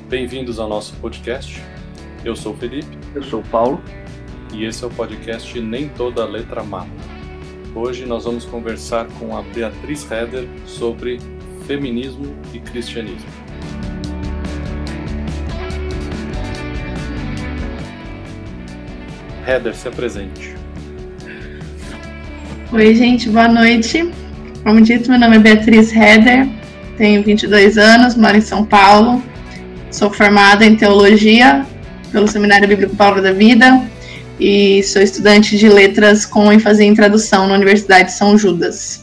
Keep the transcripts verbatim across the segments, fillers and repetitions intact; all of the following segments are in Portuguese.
Bem-vindos ao nosso podcast. Eu sou o Felipe. Eu sou o Paulo. E esse é o podcast Nem Toda Letra Mata. Hoje nós vamos conversar com a Beatriz Heder sobre feminismo e cristianismo. Heder, se apresente. Oi, gente, boa noite. Como dito, meu nome é Beatriz Heder, tenho vinte e dois anos, moro em São Paulo, sou formada em Teologia pelo Seminário Bíblico Palavra da Vida e sou estudante de letras com ênfase em tradução na Universidade de São Judas.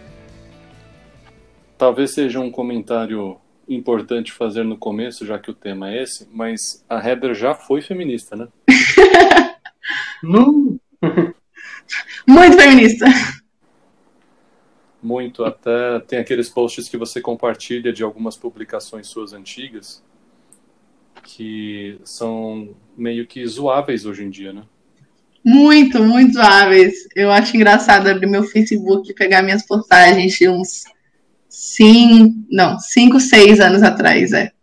Talvez seja um comentário importante fazer no começo, já que o tema é esse, mas a Heder já foi feminista, né? Não. Muito feminista. Muito, até tem aqueles posts que você compartilha de algumas publicações suas antigas que são meio que zoáveis hoje em dia, né? Muito, muito hábeis. Eu acho engraçado abrir meu Facebook e pegar minhas postagens de uns cinco, não, cinco, seis anos atrás, é.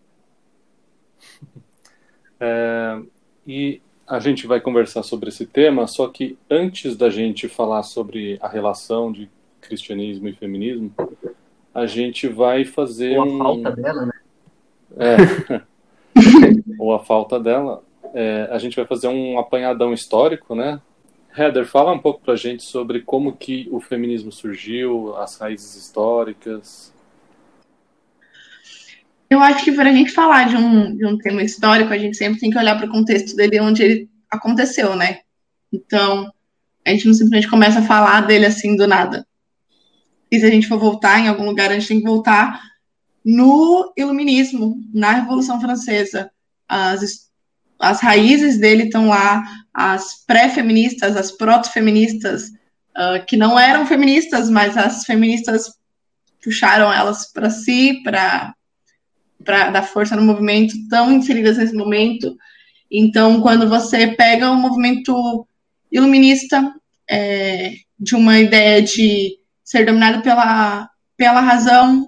é. E a gente vai conversar sobre esse tema, só que antes da gente falar sobre a relação de cristianismo e feminismo, a gente vai fazer Ou a um... falta dela, né? É. Ou a falta dela. É, a gente vai fazer um apanhadão histórico, né? Heder, fala um pouco pra gente sobre como que o feminismo surgiu, as raízes históricas. Eu acho que para a gente falar de um, de um tema histórico, a gente sempre tem que olhar para o contexto dele, onde ele aconteceu, né? Então, a gente não simplesmente começa a falar dele assim do nada. E se a gente for voltar em algum lugar, a gente tem que voltar no Iluminismo, na Revolução Francesa. As, as raízes dele estão lá, as pré-feministas, as proto-feministas, uh, que não eram feministas, mas as feministas puxaram elas para si, para para dar força no movimento, tão inseridas nesse momento. Então, quando você pega um movimento iluminista, é, de uma ideia de ser dominado pela, pela razão,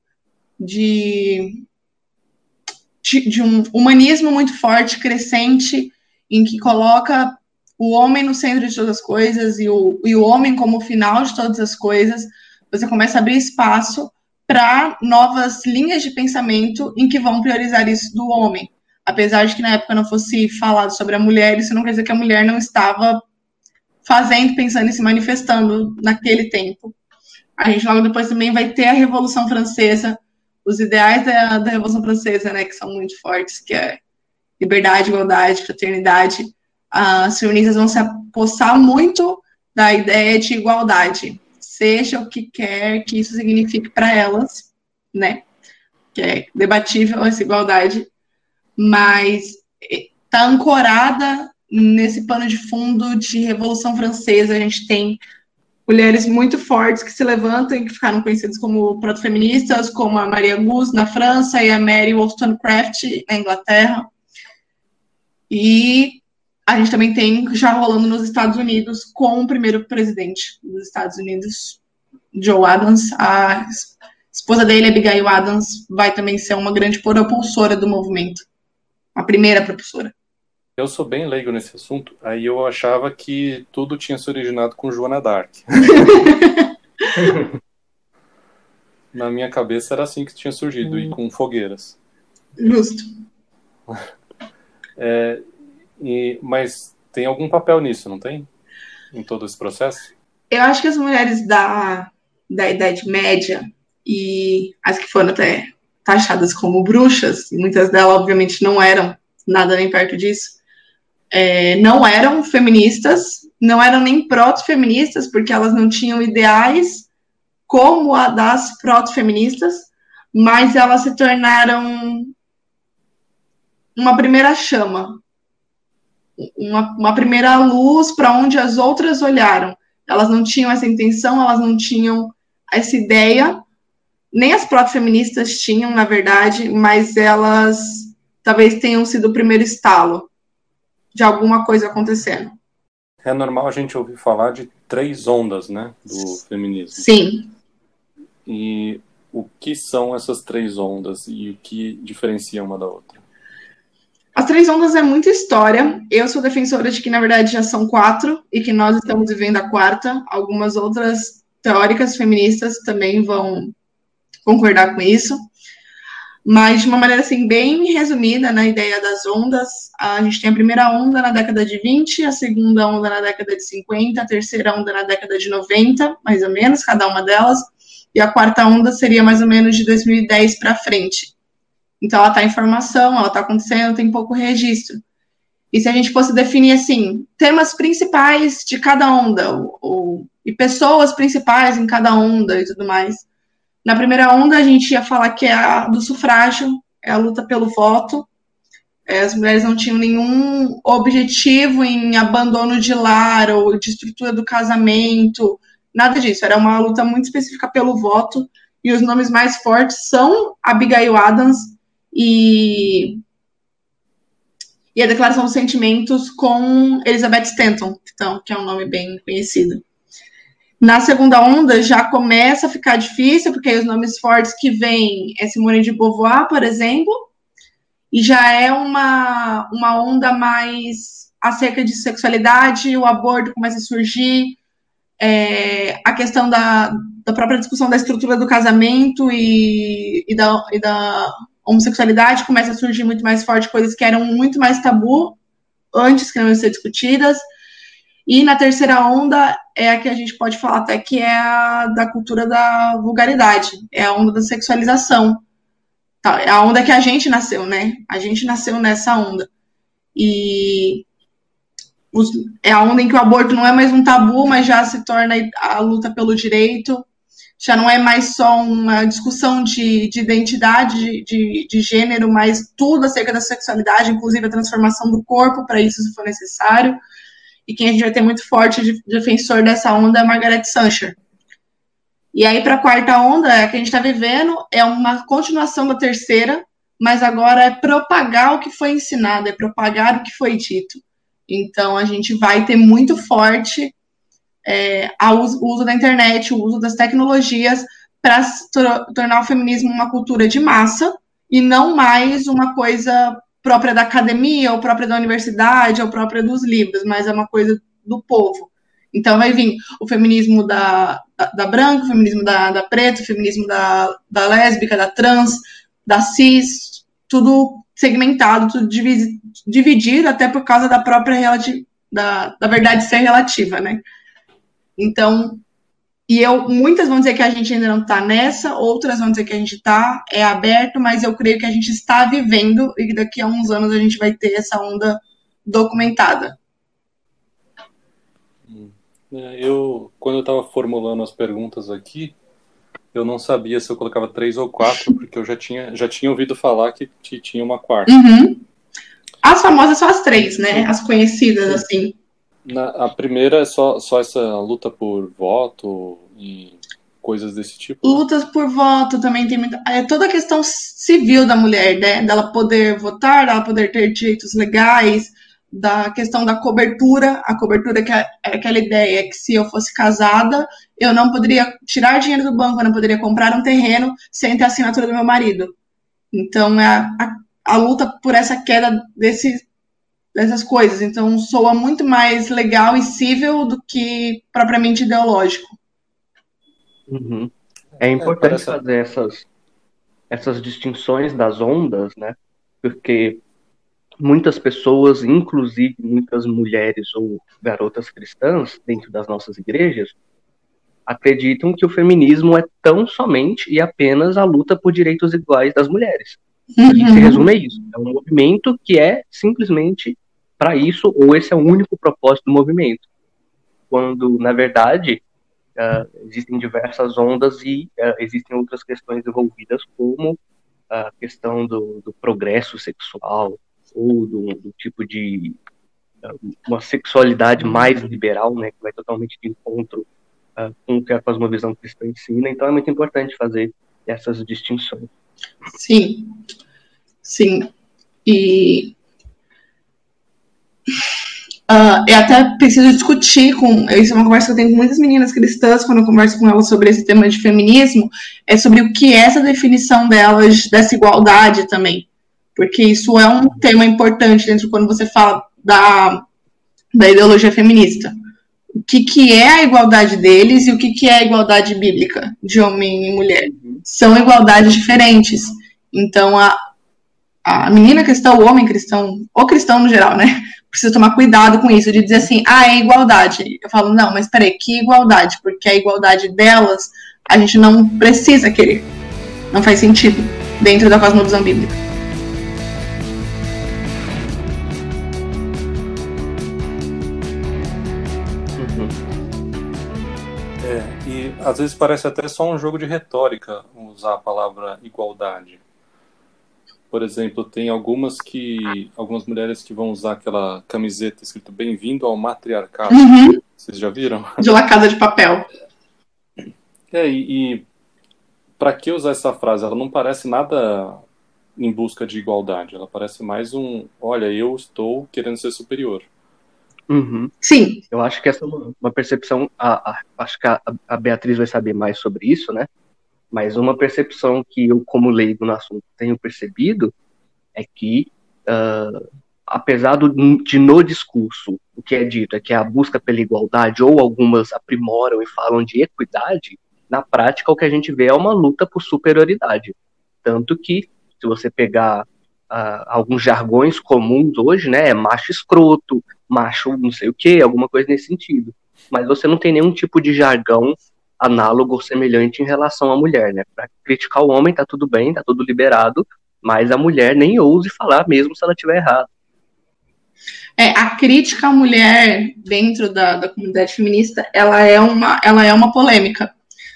de, de, de um humanismo muito forte, crescente, em que coloca o homem no centro de todas as coisas e o, e o homem como o final de todas as coisas, você começa a abrir espaço para novas linhas de pensamento em que vão priorizar isso do homem. Apesar de que na época não fosse falado sobre a mulher, isso não quer dizer que a mulher não estava fazendo, pensando e se manifestando naquele tempo. A gente logo depois também vai ter a Revolução Francesa, os ideais da, da Revolução Francesa, né, que são muito fortes, que é liberdade, igualdade, fraternidade. As feministas vão se apossar muito da ideia de igualdade, seja o que quer que isso signifique para elas, né? Que é debatível essa igualdade, mas está ancorada nesse pano de fundo de Revolução Francesa. A gente tem mulheres muito fortes que se levantam e que ficaram conhecidas como proto-feministas, como a Maria Guz na França e a Mary Wollstonecraft na Inglaterra. E a gente também tem já rolando nos Estados Unidos com o primeiro presidente dos Estados Unidos, Joe Adams. A esposa dele, Abigail Adams, vai também ser uma grande propulsora do movimento. A primeira propulsora. Eu sou bem leigo nesse assunto, aí eu achava que tudo tinha se originado com Joana d'Arc. Na minha cabeça era assim que tinha surgido, e com fogueiras. Justo. É, e, mas tem algum papel nisso, não tem? Em todo esse processo? Eu acho que as mulheres da, da Idade Média, e as que foram até taxadas como bruxas, e muitas delas obviamente não eram nada nem perto disso, é, não eram feministas, não eram nem proto-feministas, porque elas não tinham ideais como a das proto-feministas, mas elas se tornaram uma primeira chama, uma, uma primeira luz para onde as outras olharam. Elas não tinham essa intenção, elas não tinham essa ideia, nem as proto-feministas tinham, na verdade, mas elas talvez tenham sido o primeiro estalo de alguma coisa acontecendo. É normal a gente ouvir falar de três ondas, né, do feminismo. Sim. E o que são essas três ondas e o que diferencia uma da outra? As três ondas é muita história. Eu sou defensora de que, na verdade, já são quatro e que nós estamos vivendo a quarta. Algumas outras teóricas feministas também vão concordar com isso. Mas, de uma maneira assim, bem resumida, na ideia das ondas, a gente tem a primeira onda na década de vinte, a segunda onda na década de cinquenta, a terceira onda na década de noventa, mais ou menos, cada uma delas, e a quarta onda seria mais ou menos de dois mil e dez para frente. Então, ela está em formação, ela está acontecendo, tem pouco registro. E se a gente fosse definir, assim, temas principais de cada onda, ou, ou, e pessoas principais em cada onda e tudo mais. Na primeira onda, a gente ia falar que é a do sufrágio, é a luta pelo voto. É, as mulheres não tinham nenhum objetivo em abandono de lar ou de estrutura do casamento, nada disso. Era uma luta muito específica pelo voto. E os nomes mais fortes são Abigail Adams e, e a Declaração dos Sentimentos com Elizabeth Stanton, então, que é um nome bem conhecido. Na segunda onda já começa a ficar difícil, porque aí os nomes fortes que vêm é Simone de Beauvoir, por exemplo, e já é uma, uma onda mais acerca de sexualidade, o aborto começa a surgir, é, a questão da, da própria discussão da estrutura do casamento e, e, da, e da homossexualidade começa a surgir muito mais forte, coisas que eram muito mais tabu antes que não iam ser discutidas. E na terceira onda é a que a gente pode falar até que é a da cultura da vulgaridade, é a onda da sexualização. Tá, é a onda que a gente nasceu, né? A gente nasceu nessa onda. E os, é a onda em que o aborto não é mais um tabu, mas já se torna a luta pelo direito. Já não é mais só uma discussão de, de identidade, de, de gênero, mas tudo acerca da sexualidade, inclusive a transformação do corpo para isso, se for necessário. E quem a gente vai ter muito forte de defensor dessa onda é a Margaret Sanger. E aí, para a quarta onda, é a que a gente está vivendo, é uma continuação da terceira, mas agora é propagar o que foi ensinado, é propagar o que foi dito. Então, a gente vai ter muito forte é, o uso da internet, o uso das tecnologias para tornar o feminismo uma cultura de massa e não mais uma coisa própria da academia, ou própria da universidade, ou própria dos livros, mas é uma coisa do povo. Então vai vir o feminismo da, da, da branca, o feminismo da, da preta, o feminismo da, da lésbica, da trans, da cis, tudo segmentado, tudo dividido, até por causa da própria relati- da, da verdade ser relativa, né? Então, e eu, muitas vão dizer que a gente ainda não está nessa, outras vão dizer que a gente está, é aberto, mas eu creio que a gente está vivendo e que daqui a uns anos a gente vai ter essa onda documentada. Eu, quando eu estava formulando as perguntas aqui, eu não sabia se eu colocava três ou quatro, porque eu já tinha, já tinha ouvido falar que, que tinha uma quarta. Uhum. As famosas são as três, né? As conhecidas, assim. Na, a primeira é só, só essa luta por voto e coisas desse tipo? Lutas por voto também tem muita... É toda a questão civil da mulher, né? Dela poder votar, dela poder ter direitos legais, da questão da cobertura, a cobertura que é aquela ideia que se eu fosse casada, eu não poderia tirar dinheiro do banco, eu não poderia comprar um terreno sem ter a assinatura do meu marido. Então, é a, a, a luta por essa queda desse, dessas coisas. Então, soa muito mais legal e cível do que propriamente ideológico. Uhum. É importante é, parece... fazer essas, essas distinções das ondas, né? Porque muitas pessoas, inclusive muitas mulheres ou garotas cristãs dentro das nossas igrejas, acreditam que o feminismo é tão somente e apenas a luta por direitos iguais das mulheres. Uhum. E se resume a isso. É um movimento que é simplesmente para isso, ou esse é o único propósito do movimento. Quando, na verdade, uh, existem diversas ondas e uh, existem outras questões envolvidas, como a questão do, do progresso sexual, ou do, do tipo de uh, uma sexualidade mais liberal, né, que vai totalmente de encontro uh, com o que a cosmovisão cristã ensina. Então é muito importante fazer essas distinções. Sim, sim. E Uh, eu até preciso discutir com... Isso é uma conversa que eu tenho com muitas meninas cristãs quando eu converso com elas sobre esse tema de feminismo, é sobre o que é essa definição delas, dessa igualdade também. Porque isso é um tema importante dentro quando você fala da, da ideologia feminista. O que, que é a igualdade deles e o que, que é a igualdade bíblica de homem e mulher. São igualdades diferentes. Então, a, a menina cristã, o homem cristão, ou cristão no geral, né? Precisa tomar cuidado com isso, de dizer assim, ah, é igualdade. Eu falo, não, mas peraí, que igualdade? Porque a igualdade delas, a gente não precisa querer. Não faz sentido dentro da cosmovisão bíblica. É, e às vezes parece até só um jogo de retórica usar a palavra igualdade. Por exemplo, tem algumas que algumas mulheres que vão usar aquela camiseta escrito Bem-vindo ao Matriarcado. Uhum. Vocês já viram? De La Casa de Papel. É, e, e para que usar essa frase? Ela não parece nada em busca de igualdade. Ela parece mais um, olha, eu estou querendo ser superior. Uhum. Sim. Eu acho que essa é uma, uma percepção, a, a, acho que a, a Beatriz vai saber mais sobre isso, né? Mas uma percepção que eu, como leigo no assunto, tenho percebido é que, uh, apesar do, de no discurso, o que é dito é que é a busca pela igualdade, ou algumas aprimoram e falam de equidade, na prática o que a gente vê é uma luta por superioridade. Tanto que, se você pegar uh, alguns jargões comuns hoje, né, é macho escroto, macho não sei o que, alguma coisa nesse sentido. Mas você não tem nenhum tipo de jargão análogo ou semelhante em relação à mulher, né? Para criticar o homem tá tudo bem, tá tudo liberado, mas a mulher nem ouse falar mesmo se ela estiver errada. É, a crítica à mulher dentro da, da comunidade feminista, ela é, uma, ela é uma polêmica,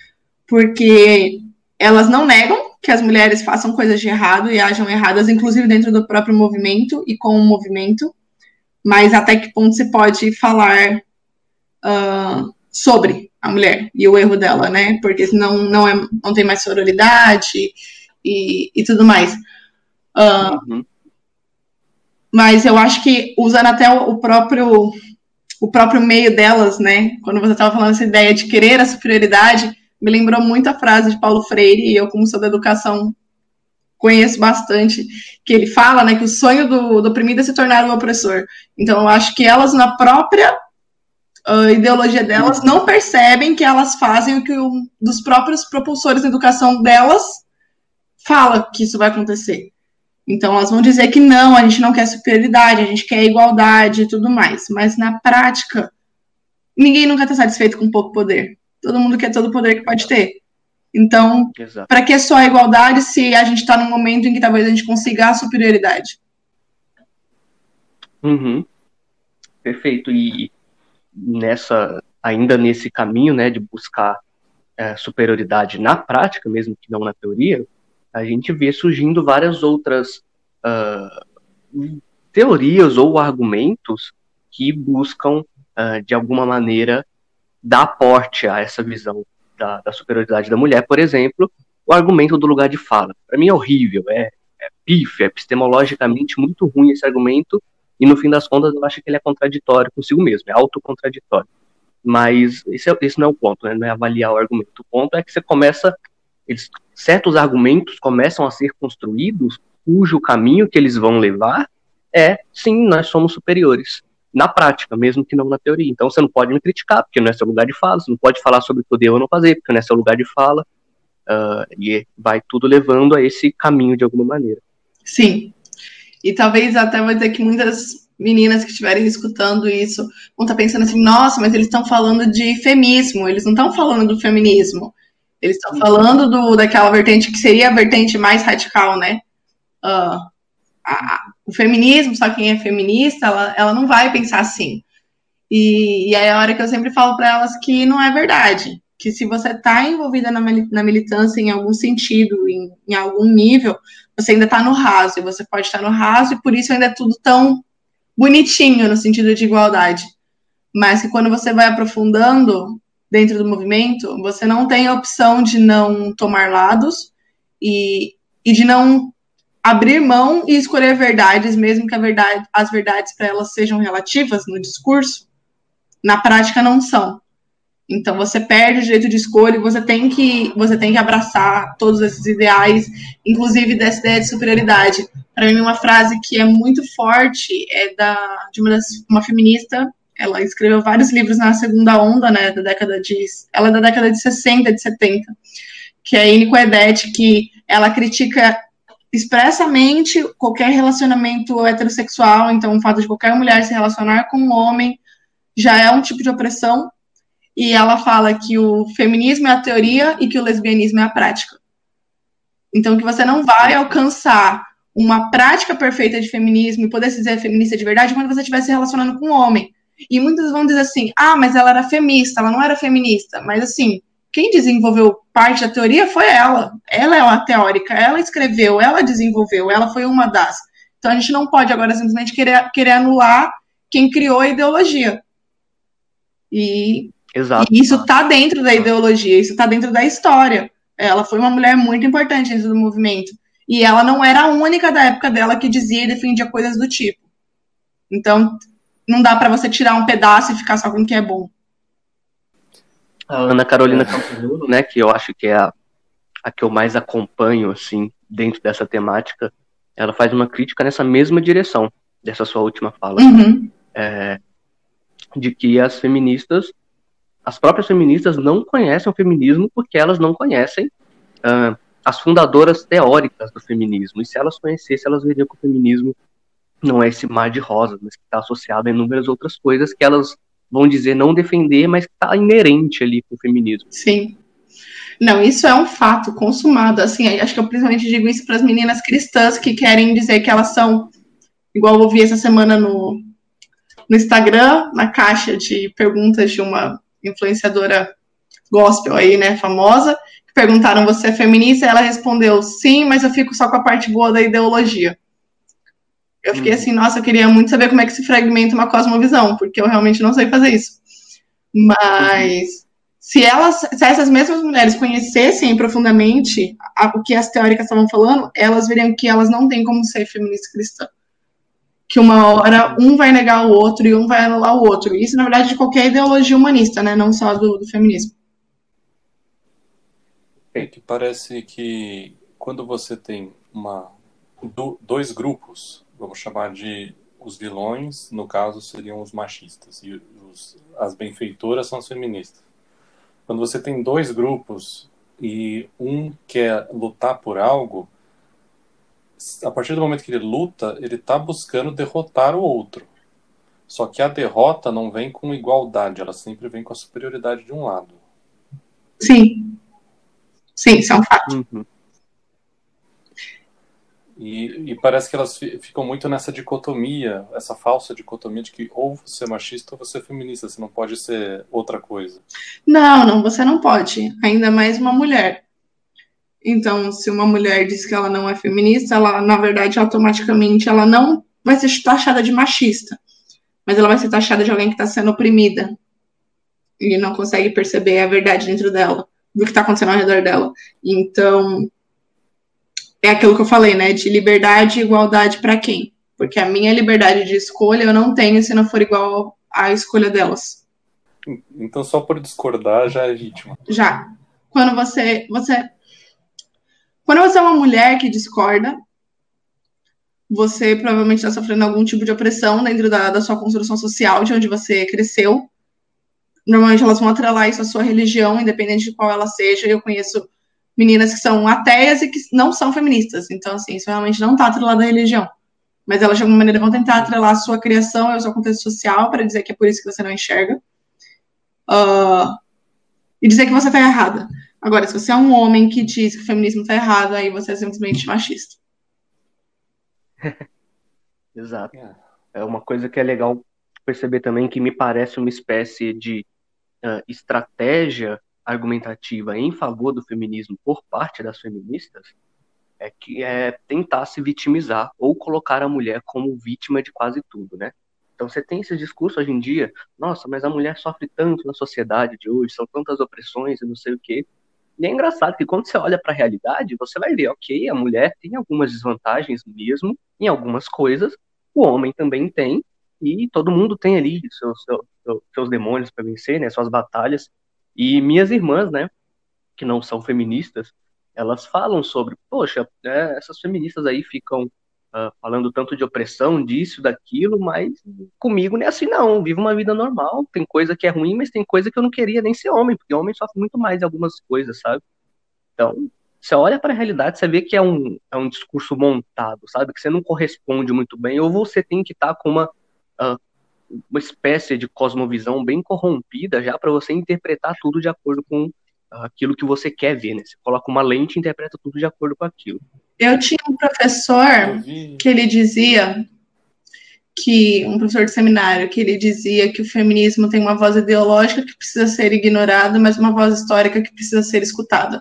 porque elas não negam que as mulheres façam coisas de errado e ajam erradas, inclusive dentro do próprio movimento e com o movimento, mas até que ponto se pode falar uh, sobre a mulher e o erro dela, né? Porque senão não, é, não tem mais sororidade e, e tudo mais. Uh, uhum. Mas eu acho que, usando até o próprio, o próprio meio delas, né? Quando você estava falando essa ideia de querer a superioridade, me lembrou muito a frase de Paulo Freire, e eu, como sou da educação, conheço bastante, que ele fala, né, que o sonho do, do oprimido é se tornar um opressor. Então, eu acho que elas, na própria a ideologia delas, não percebem que elas fazem o que um dos próprios propulsores da educação delas fala que isso vai acontecer. Então, elas vão dizer que não, a gente não quer superioridade, a gente quer igualdade e tudo mais. Mas, na prática, ninguém nunca está satisfeito com pouco poder. Todo mundo quer todo o poder que pode ter. Então, para que só a igualdade se a gente está num momento em que talvez a gente consiga a superioridade? Uhum. Perfeito. E nessa, ainda nesse caminho, né, de buscar é, superioridade na prática, mesmo que não na teoria, a gente vê surgindo várias outras uh, teorias ou argumentos que buscam, uh, de alguma maneira, dar aporte a essa visão da, da superioridade da mulher. Por exemplo, o argumento do lugar de fala. Para mim é horrível, é, é pífio, é epistemologicamente muito ruim esse argumento, e no fim das contas eu acho que ele é contraditório consigo mesmo, é autocontradditório. Mas esse, é, esse não é o ponto, né? Não é avaliar o argumento. O ponto é que você começa, eles, certos argumentos começam a ser construídos, cujo caminho que eles vão levar é, sim, nós somos superiores. Na prática, mesmo que não na teoria. Então você não pode me criticar, porque não é seu lugar de fala, você não pode falar sobre o que eu devo ou não fazer, porque não é seu lugar de fala, uh, e vai tudo levando a esse caminho de alguma maneira. Sim. E talvez até vou dizer que muitas meninas que estiverem escutando isso vão estar pensando assim, nossa, mas eles estão falando de feminismo, eles não estão falando do feminismo, eles estão falando do, daquela vertente que seria a vertente mais radical, né? Uh, a, o feminismo, só quem é feminista, ela, ela não vai pensar assim. E, e aí é a hora que eu sempre falo para elas que não é verdade, que se você está envolvida na, na militância em algum sentido, em, em algum nível, você ainda está no raso, e você pode estar no raso, e por isso ainda é tudo tão bonitinho no sentido de igualdade. Mas que quando você vai aprofundando dentro do movimento, você não tem a opção de não tomar lados e, e de não abrir mão e escolher verdades, mesmo que a verdade, as verdades para elas sejam relativas no discurso, na prática não são. Então você perde o direito de escolha e você tem que, você tem que abraçar todos esses ideais, inclusive dessa ideia de superioridade. Para mim, uma frase que é muito forte é da, de uma, das, uma feminista. Ela escreveu vários livros na segunda onda, né, da década de... Ela é da década de sessenta, de setenta, que é a Ine Coedete, que ela critica expressamente qualquer relacionamento heterossexual. Então o fato de qualquer mulher se relacionar com um homem já é um tipo de opressão. E ela fala que o feminismo é a teoria e que o lesbianismo é a prática. Então, que você não vai alcançar uma prática perfeita de feminismo e poder se dizer feminista de verdade quando você estiver se relacionando com um homem. E muitos vão dizer assim, ah, mas ela era feminista, ela não era feminista. Mas, assim, quem desenvolveu parte da teoria foi ela. Ela é uma teórica, ela escreveu, ela desenvolveu, ela foi uma das. Então, a gente não pode agora simplesmente querer, querer anular quem criou a ideologia. E... Exato. E isso está dentro da ideologia, isso está dentro da história. Ela foi uma mulher muito importante dentro do movimento. E ela não era a única da época dela que dizia e defendia coisas do tipo. Então, não dá para você tirar um pedaço e ficar só com o que é bom. A Ana Carolina Campanolo, né, que eu acho que é a, a que eu mais acompanho, assim, dentro dessa temática, ela faz uma crítica nessa mesma direção, dessa sua última fala. Uhum. É, de que as feministas As próprias feministas não conhecem o feminismo porque elas não conhecem uh, as fundadoras teóricas do feminismo. E se elas conhecessem, elas veriam que o feminismo não é esse mar de rosas, mas que está associado a inúmeras outras coisas que elas vão dizer não defender, mas que está inerente ali com o feminismo. Sim. Não, isso é um fato consumado. Assim, acho que eu principalmente digo isso para as meninas cristãs que querem dizer que elas são, igual eu ouvi essa semana no, no Instagram, na caixa de perguntas de uma influenciadora gospel aí, né, famosa, que perguntaram, você é feminista? E ela respondeu, sim, mas eu fico só com a parte boa da ideologia. Eu fiquei assim, nossa, eu queria muito saber como é que se fragmenta uma cosmovisão, porque eu realmente não sei fazer isso. Mas se elas, se essas mesmas mulheres conhecessem profundamente a, o que as teóricas estavam falando, elas veriam que elas não têm como ser feminista cristã. Que uma hora um vai negar o outro e um vai anular o outro. Isso, na verdade, de qualquer ideologia humanista, né? Não só do, do feminismo. É que parece que quando você tem uma, do, dois grupos, vamos chamar de os vilões, no caso seriam os machistas, e os, as benfeitoras são as feministas. Quando você tem dois grupos e um quer lutar por algo, a partir do momento que ele luta, ele está buscando derrotar o outro. Só que a derrota não vem com igualdade, ela sempre vem com a superioridade de um lado. Sim. Sim, isso é um fato. Uhum. E, e parece que elas ficam muito nessa dicotomia, essa falsa dicotomia de que ou você é machista ou você é feminista, você não pode ser outra coisa. Não, não, você não pode. Ainda mais uma mulher. Então, se uma mulher diz que ela não é feminista, ela, na verdade, automaticamente, ela não vai ser taxada de machista, mas ela vai ser taxada de alguém que está sendo oprimida e não consegue perceber a verdade dentro dela, do que está acontecendo ao redor dela. Então, é aquilo que eu falei, né, de liberdade e igualdade para quem? Porque a minha liberdade de escolha eu não tenho se não for igual à escolha delas. Então, só por discordar já é vítima. Já. Quando você... você Quando você é uma mulher que discorda, você provavelmente está sofrendo algum tipo de opressão dentro da, da sua construção social, de onde você cresceu. Normalmente elas vão atrelar isso à sua religião, independente de qual ela seja. Eu conheço meninas que são ateias e que não são feministas. Então, assim, isso realmente não está atrelado à religião. Mas elas, de alguma maneira, vão tentar atrelar a sua criação e o seu contexto social para dizer que é por isso que você não enxerga. Uh, e dizer que você está errada. Agora, se você é um homem que diz que o feminismo está errado, aí você é simplesmente machista. Exato. É uma coisa que é legal perceber também, que me parece uma espécie de uh, estratégia argumentativa em favor do feminismo por parte das feministas, é que é tentar se vitimizar ou colocar a mulher como vítima de quase tudo, né? Então você tem esse discurso hoje em dia, nossa, mas a mulher sofre tanto na sociedade de hoje, são tantas opressões e não sei o quê. E é engraçado que quando você olha para a realidade, você vai ver, ok, a mulher tem algumas desvantagens mesmo, em algumas coisas, o homem também tem, e todo mundo tem ali seus, seus, seus demônios para vencer, né, suas batalhas. E minhas irmãs, né, que não são feministas, elas falam sobre, poxa, é, essas feministas aí ficam uh, falando tanto de opressão, disso, daquilo, mas comigo não é assim não, eu vivo uma vida normal, tem coisa que é ruim, mas tem coisa que eu não queria nem ser homem, porque homem sofre muito mais em algumas coisas, sabe? Então, você olha para a realidade, você vê que é um, é um discurso montado, sabe? Que você não corresponde muito bem, ou você tem que estar com uma, uh, uma espécie de cosmovisão bem corrompida já para você interpretar tudo de acordo com aquilo que você quer ver, né? Você coloca uma lente e interpreta tudo de acordo com aquilo. Eu tinha um professor que ele dizia que, um professor de seminário, que ele dizia que o feminismo tem uma voz ideológica que precisa ser ignorada, mas uma voz histórica que precisa ser escutada.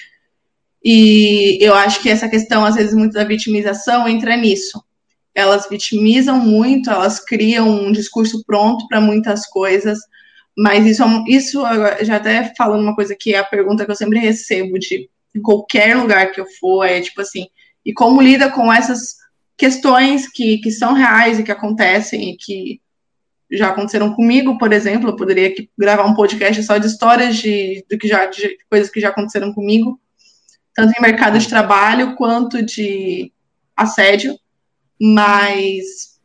E eu acho que essa questão, às vezes, muito da vitimização entra nisso. Elas vitimizam muito, elas criam um discurso pronto para muitas coisas, mas isso, isso, já até falando uma coisa que é a pergunta que eu sempre recebo de em qualquer lugar que eu for, é tipo assim, e como lida com essas questões que, que são reais e que acontecem e que já aconteceram comigo, por exemplo, eu poderia aqui gravar um podcast só de histórias de, de, que já, de coisas que já aconteceram comigo, tanto em mercado de trabalho quanto de assédio, mas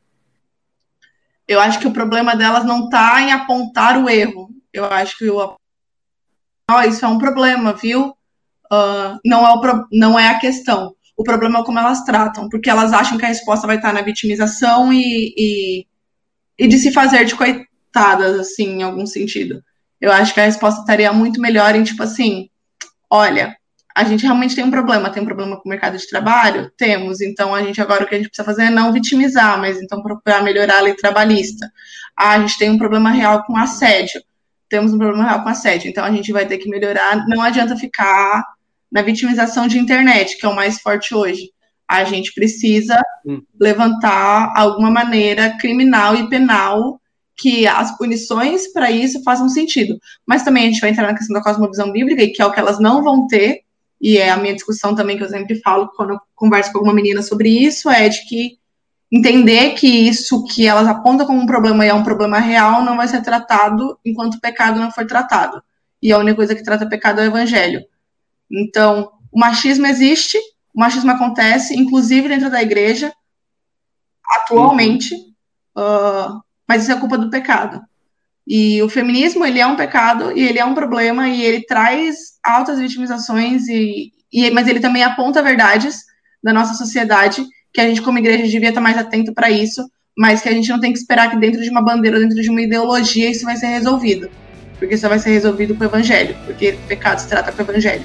eu acho que o problema delas não está em apontar o erro. Eu acho que o oh, isso é um problema, viu? Uh, não, é o pro... não é a questão. O problema é como elas tratam, porque elas acham que a resposta vai estar na vitimização e, e, e de se fazer de coitadas, assim, em algum sentido. Eu acho que a resposta estaria muito melhor em, tipo assim, olha, a gente realmente tem um problema, tem um problema com o mercado de trabalho? Temos, então a gente agora o que a gente precisa fazer é não vitimizar, mas então procurar melhorar a lei trabalhista. Ah, a gente tem um problema real com assédio, temos um problema real com assédio, então a gente vai ter que melhorar, não adianta ficar na vitimização de internet, que é o mais forte hoje. A gente precisa hum. levantar alguma maneira criminal e penal que as punições para isso façam sentido. Mas também a gente vai entrar na questão da cosmovisão bíblica, que é o que elas não vão ter, e é a minha discussão também que eu sempre falo quando eu converso com alguma menina sobre isso, é de que entender que isso que elas apontam como um problema e é um problema real não vai ser tratado enquanto o pecado não for tratado. E a única coisa que trata pecado é o evangelho. Então, o machismo existe, o machismo acontece, inclusive dentro da igreja, atualmente, uhum. uh, mas isso é culpa do pecado. E o feminismo, ele é um pecado, e ele é um problema, e ele traz altas vitimizações, e, e, mas ele também aponta verdades da nossa sociedade, que a gente como igreja devia estar mais atento para isso, mas que a gente não tem que esperar que dentro de uma bandeira, dentro de uma ideologia, isso vai ser resolvido. Porque isso vai ser resolvido com o evangelho, porque pecado se trata com o evangelho.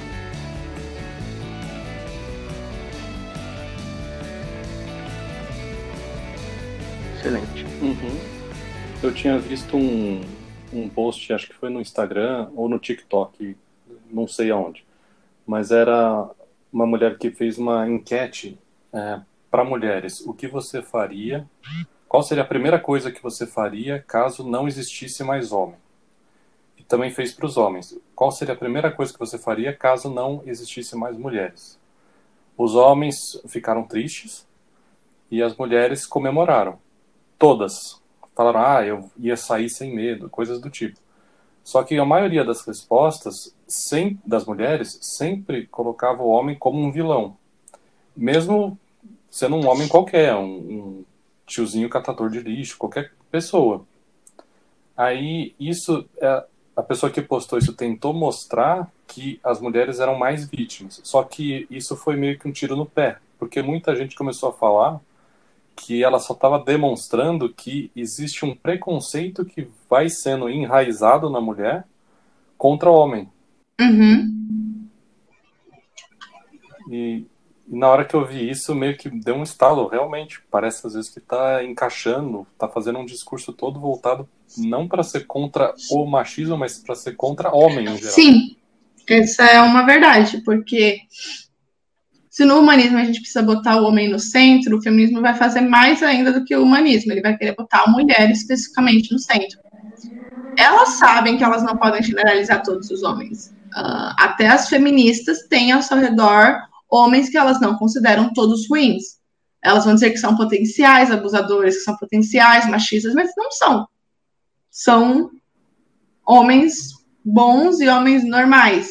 Excelente. Uhum. Eu tinha visto um, um post, acho que foi no Instagram ou no TikTok, não sei aonde, mas era uma mulher que fez uma enquete é, para mulheres. O que você faria? Qual seria a primeira coisa que você faria caso não existisse mais homem? E também fez para os homens. Qual seria a primeira coisa que você faria caso não existisse mais mulheres? Os homens ficaram tristes e as mulheres comemoraram. Todas falaram, ah, eu ia sair sem medo, coisas do tipo. Só que a maioria das respostas sem, das mulheres sempre colocava o homem como um vilão. Mesmo sendo um homem qualquer, um, um tiozinho catador de lixo, qualquer pessoa. Aí, isso, a pessoa que postou isso tentou mostrar que as mulheres eram mais vítimas. Só que isso foi meio que um tiro no pé, porque muita gente começou a falar que ela só estava demonstrando que existe um preconceito que vai sendo enraizado na mulher contra o homem. Uhum. E, e na hora que eu vi isso, meio que deu um estalo. Realmente, parece às vezes que está encaixando, está fazendo um discurso todo voltado não para ser contra o machismo, mas para ser contra homem em geral. Sim, essa é uma verdade, porque se no humanismo a gente precisa botar o homem no centro, o feminismo vai fazer mais ainda do que o humanismo. Ele vai querer botar a mulher especificamente no centro. Elas sabem que elas não podem generalizar todos os homens. Uh, até as feministas têm ao seu redor homens que elas não consideram todos ruins. Elas vão dizer que são potenciais abusadores, que são potenciais machistas, mas não são. São homens bons e homens normais.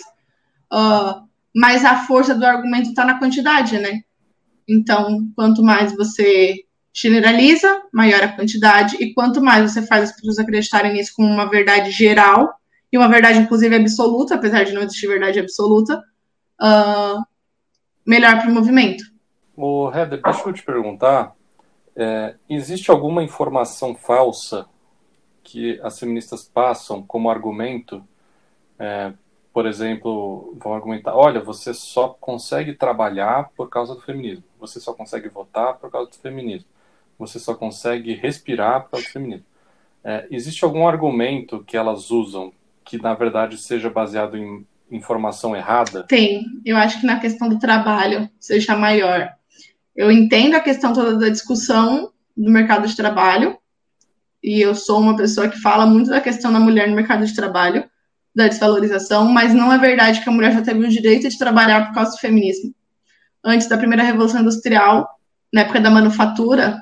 Uh, mas a força do argumento está na quantidade, né? Então, quanto mais você generaliza, maior a quantidade, e quanto mais você faz as pessoas acreditarem nisso como uma verdade geral, e uma verdade, inclusive, absoluta, apesar de não existir verdade absoluta, uh, melhor para o movimento. Ô, Heather, deixa eu te perguntar, é, existe alguma informação falsa que as feministas passam como argumento? É, por exemplo, vão argumentar, olha, você só consegue trabalhar por causa do feminismo, você só consegue votar por causa do feminismo, você só consegue respirar por causa do feminismo. É, existe algum argumento que elas usam que, na verdade, seja baseado em informação errada? Tem. Eu acho que na questão do trabalho seja maior. Eu entendo a questão toda da discussão do mercado de trabalho, e eu sou uma pessoa que fala muito da questão da mulher no mercado de trabalho, da desvalorização, mas não é verdade que a mulher já teve o direito de trabalhar por causa do feminismo. Antes da primeira Revolução Industrial, na época da manufatura,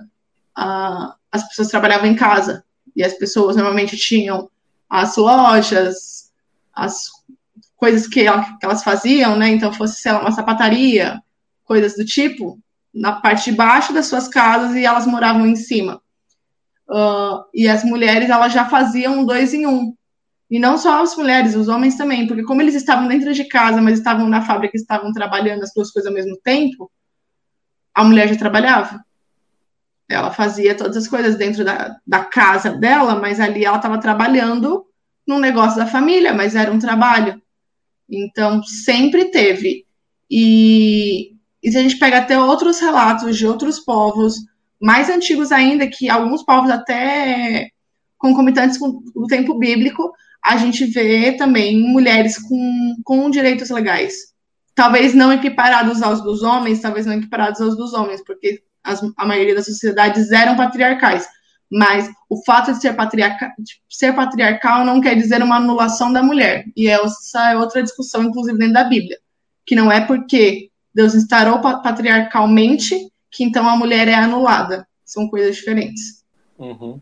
a, as pessoas trabalhavam em casa, e as pessoas normalmente tinham as lojas, as coisas que, ela, que elas faziam, né? Então, fosse, sei lá, uma sapataria, coisas do tipo, na parte de baixo das suas casas, e elas moravam em cima. Uh, e as mulheres, elas já faziam dois em um. E não só as mulheres, os homens também, porque como eles estavam dentro de casa, mas estavam na fábrica, estavam trabalhando as duas coisas ao mesmo tempo, a mulher já trabalhava. Ela fazia todas as coisas dentro da, da casa dela, mas ali ela estava trabalhando num negócio da família, mas era um trabalho. Então, sempre teve. E, e se a gente pega até outros relatos de outros povos, mais antigos ainda, que alguns povos até concomitantes com o tempo bíblico, a gente vê também mulheres com, com direitos legais. Talvez não equiparados aos dos homens, talvez não equiparados aos dos homens, porque as, a maioria das sociedades eram patriarcais. Mas o fato de ser, patriarca, de ser patriarcal não quer dizer uma anulação da mulher. E essa é outra discussão, inclusive, dentro da Bíblia. Que não é porque Deus instaurou patriarcalmente que então a mulher é anulada. São coisas diferentes. Uhum.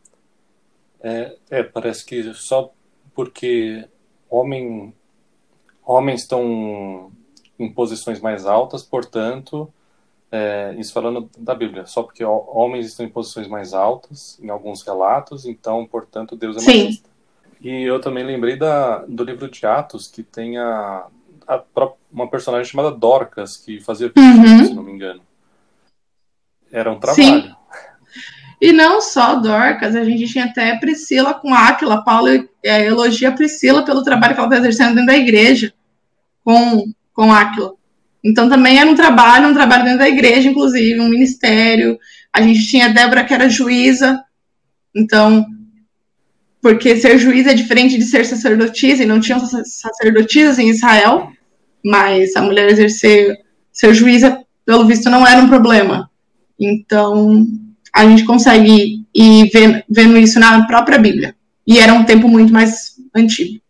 É, é, parece que só porque homem, homens estão em posições mais altas, portanto, é, isso falando da Bíblia, só porque homens estão em posições mais altas, em alguns relatos, então, portanto, Deus é machista. E eu também lembrei da, do livro de Atos, que tem a, a, uma personagem chamada Dorcas, que fazia vestido, uhum. se não me engano. Era um trabalho. Sim. E não só Dorcas, a gente tinha até Priscila com Áquila. Paulo é, elogia a Priscila pelo trabalho que ela está exercendo dentro da igreja com, com Áquila. Então também era um trabalho, um trabalho dentro da igreja, inclusive, um ministério. A gente tinha Débora, que era juíza. Então, porque ser juíza é diferente de ser sacerdotisa, e não tinham sacerdotisas em Israel, mas a mulher exercer ser juíza, pelo visto, não era um problema. Então, a gente consegue ir vendo, vendo isso na própria Bíblia. E era um tempo muito mais antigo.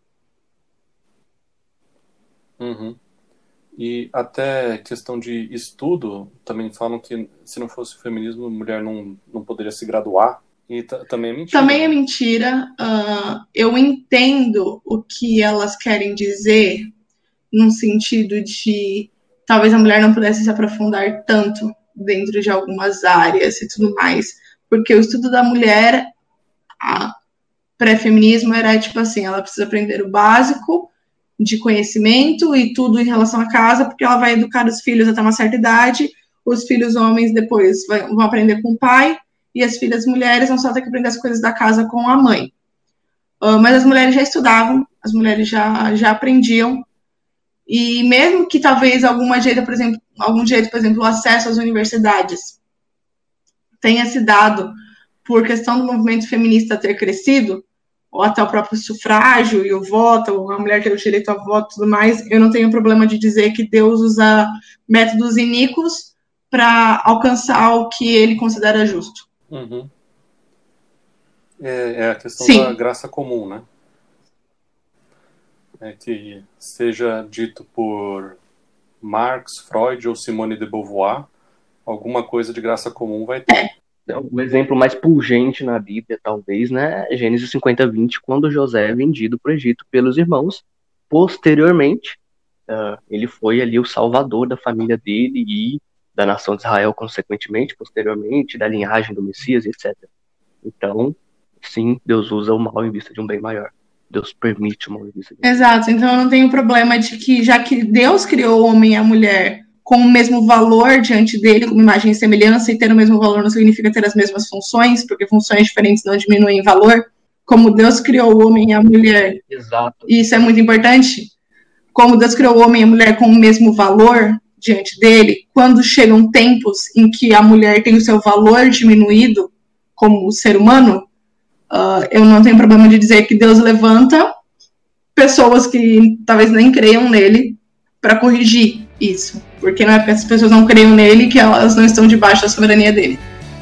Uhum. E até questão de estudo, também falam que se não fosse o feminismo, a mulher não, não poderia se graduar. E também é mentira. Também é mentira. Uh, eu entendo o que elas querem dizer, no sentido de talvez a mulher não pudesse se aprofundar tanto dentro de algumas áreas e tudo mais, porque o estudo da mulher, a pré-feminismo era tipo assim, ela precisa aprender o básico de conhecimento e tudo em relação à casa, porque ela vai educar os filhos até uma certa idade, os filhos homens depois vão aprender com o pai, e as filhas mulheres vão só ter que aprender as coisas da casa com a mãe. Uh, mas as mulheres já estudavam, as mulheres já, já aprendiam, e mesmo que talvez alguma jeito, por exemplo, algum jeito, por exemplo, o acesso às universidades tenha se dado por questão do movimento feminista ter crescido, ou até o próprio sufrágio e o voto, ou a mulher ter o direito ao voto e tudo mais, eu não tenho problema de dizer que Deus usa métodos iníquos para alcançar o que ele considera justo. Uhum. É, é a questão Sim. da graça comum, né? É que seja dito por Marx, Freud ou Simone de Beauvoir, alguma coisa de graça comum vai ter. O exemplo mais pungente na Bíblia, talvez, né, é Gênesis cinquenta, vinte, quando José é vendido para o Egito pelos irmãos. Posteriormente, uh, ele foi ali o salvador da família dele e da nação de Israel, consequentemente, posteriormente, da linhagem do Messias, etcétera. Então, sim, Deus usa o mal em vista de um bem maior. Deus permite o mal em vista de um bem maior. Exato, então eu não tenho problema de que, já que Deus criou o homem e a mulher com o mesmo valor diante dele, como imagem e semelhança, e ter o mesmo valor não significa ter as mesmas funções, porque funções diferentes não diminuem valor. Como Deus criou o homem e a mulher, Exato. E isso é muito importante, como Deus criou o homem e a mulher com o mesmo valor diante dele, quando chegam tempos em que a mulher tem o seu valor diminuído como ser humano, uh, eu não tenho problema de dizer que Deus levanta pessoas que talvez nem creiam nele para corrigir isso, porque não é porque as pessoas não creiam nele que elas não estão debaixo da soberania dele.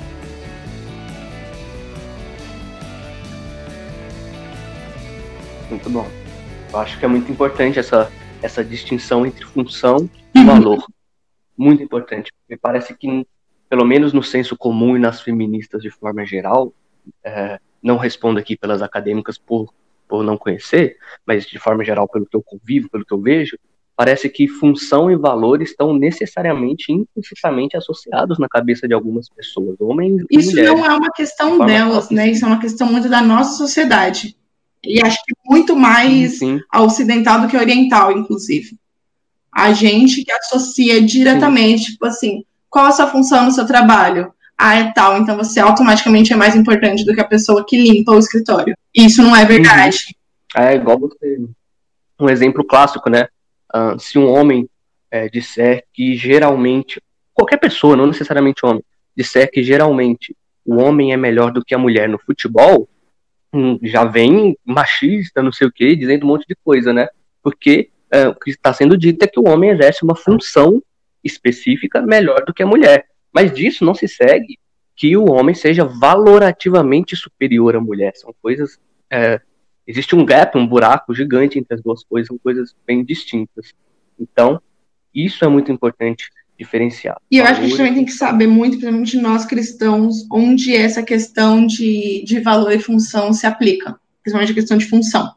Muito bom. Eu acho que é muito importante essa, essa distinção entre função e valor. Muito importante. Me parece que, pelo menos no senso comum e nas feministas de forma geral, é, não respondo aqui pelas acadêmicas por, por não conhecer, mas de forma geral pelo que eu convivo, pelo que eu vejo, parece que função e valor estão necessariamente, implicitamente associados na cabeça de algumas pessoas, homens e Isso mulheres. Isso não é uma questão delas, né? Isso é uma questão muito da nossa sociedade. E acho que muito mais sim, sim. ocidental do que oriental, inclusive. A gente que associa diretamente, sim. tipo assim, qual a sua função no seu trabalho? Ah, é tal, então você automaticamente é mais importante do que a pessoa que limpa o escritório. Isso não é verdade. Uhum. É igual você. Um exemplo clássico, né? Uh, se um homem é, disser que geralmente, qualquer pessoa, não necessariamente homem, disser que geralmente o homem é melhor do que a mulher no futebol, hum, já vem machista, não sei o quê, dizendo um monte de coisa, né? Porque uh, o que está sendo dito é que o homem exerce uma função específica melhor do que a mulher. Mas disso não se segue que o homem seja valorativamente superior à mulher. São coisas... É, existe um gap, um buraco gigante entre as duas coisas, são coisas bem distintas. Então, isso é muito importante diferenciar. E eu acho que a gente também tem que saber muito, principalmente nós cristãos, onde essa questão de, de valor e função se aplica. Principalmente a questão de função.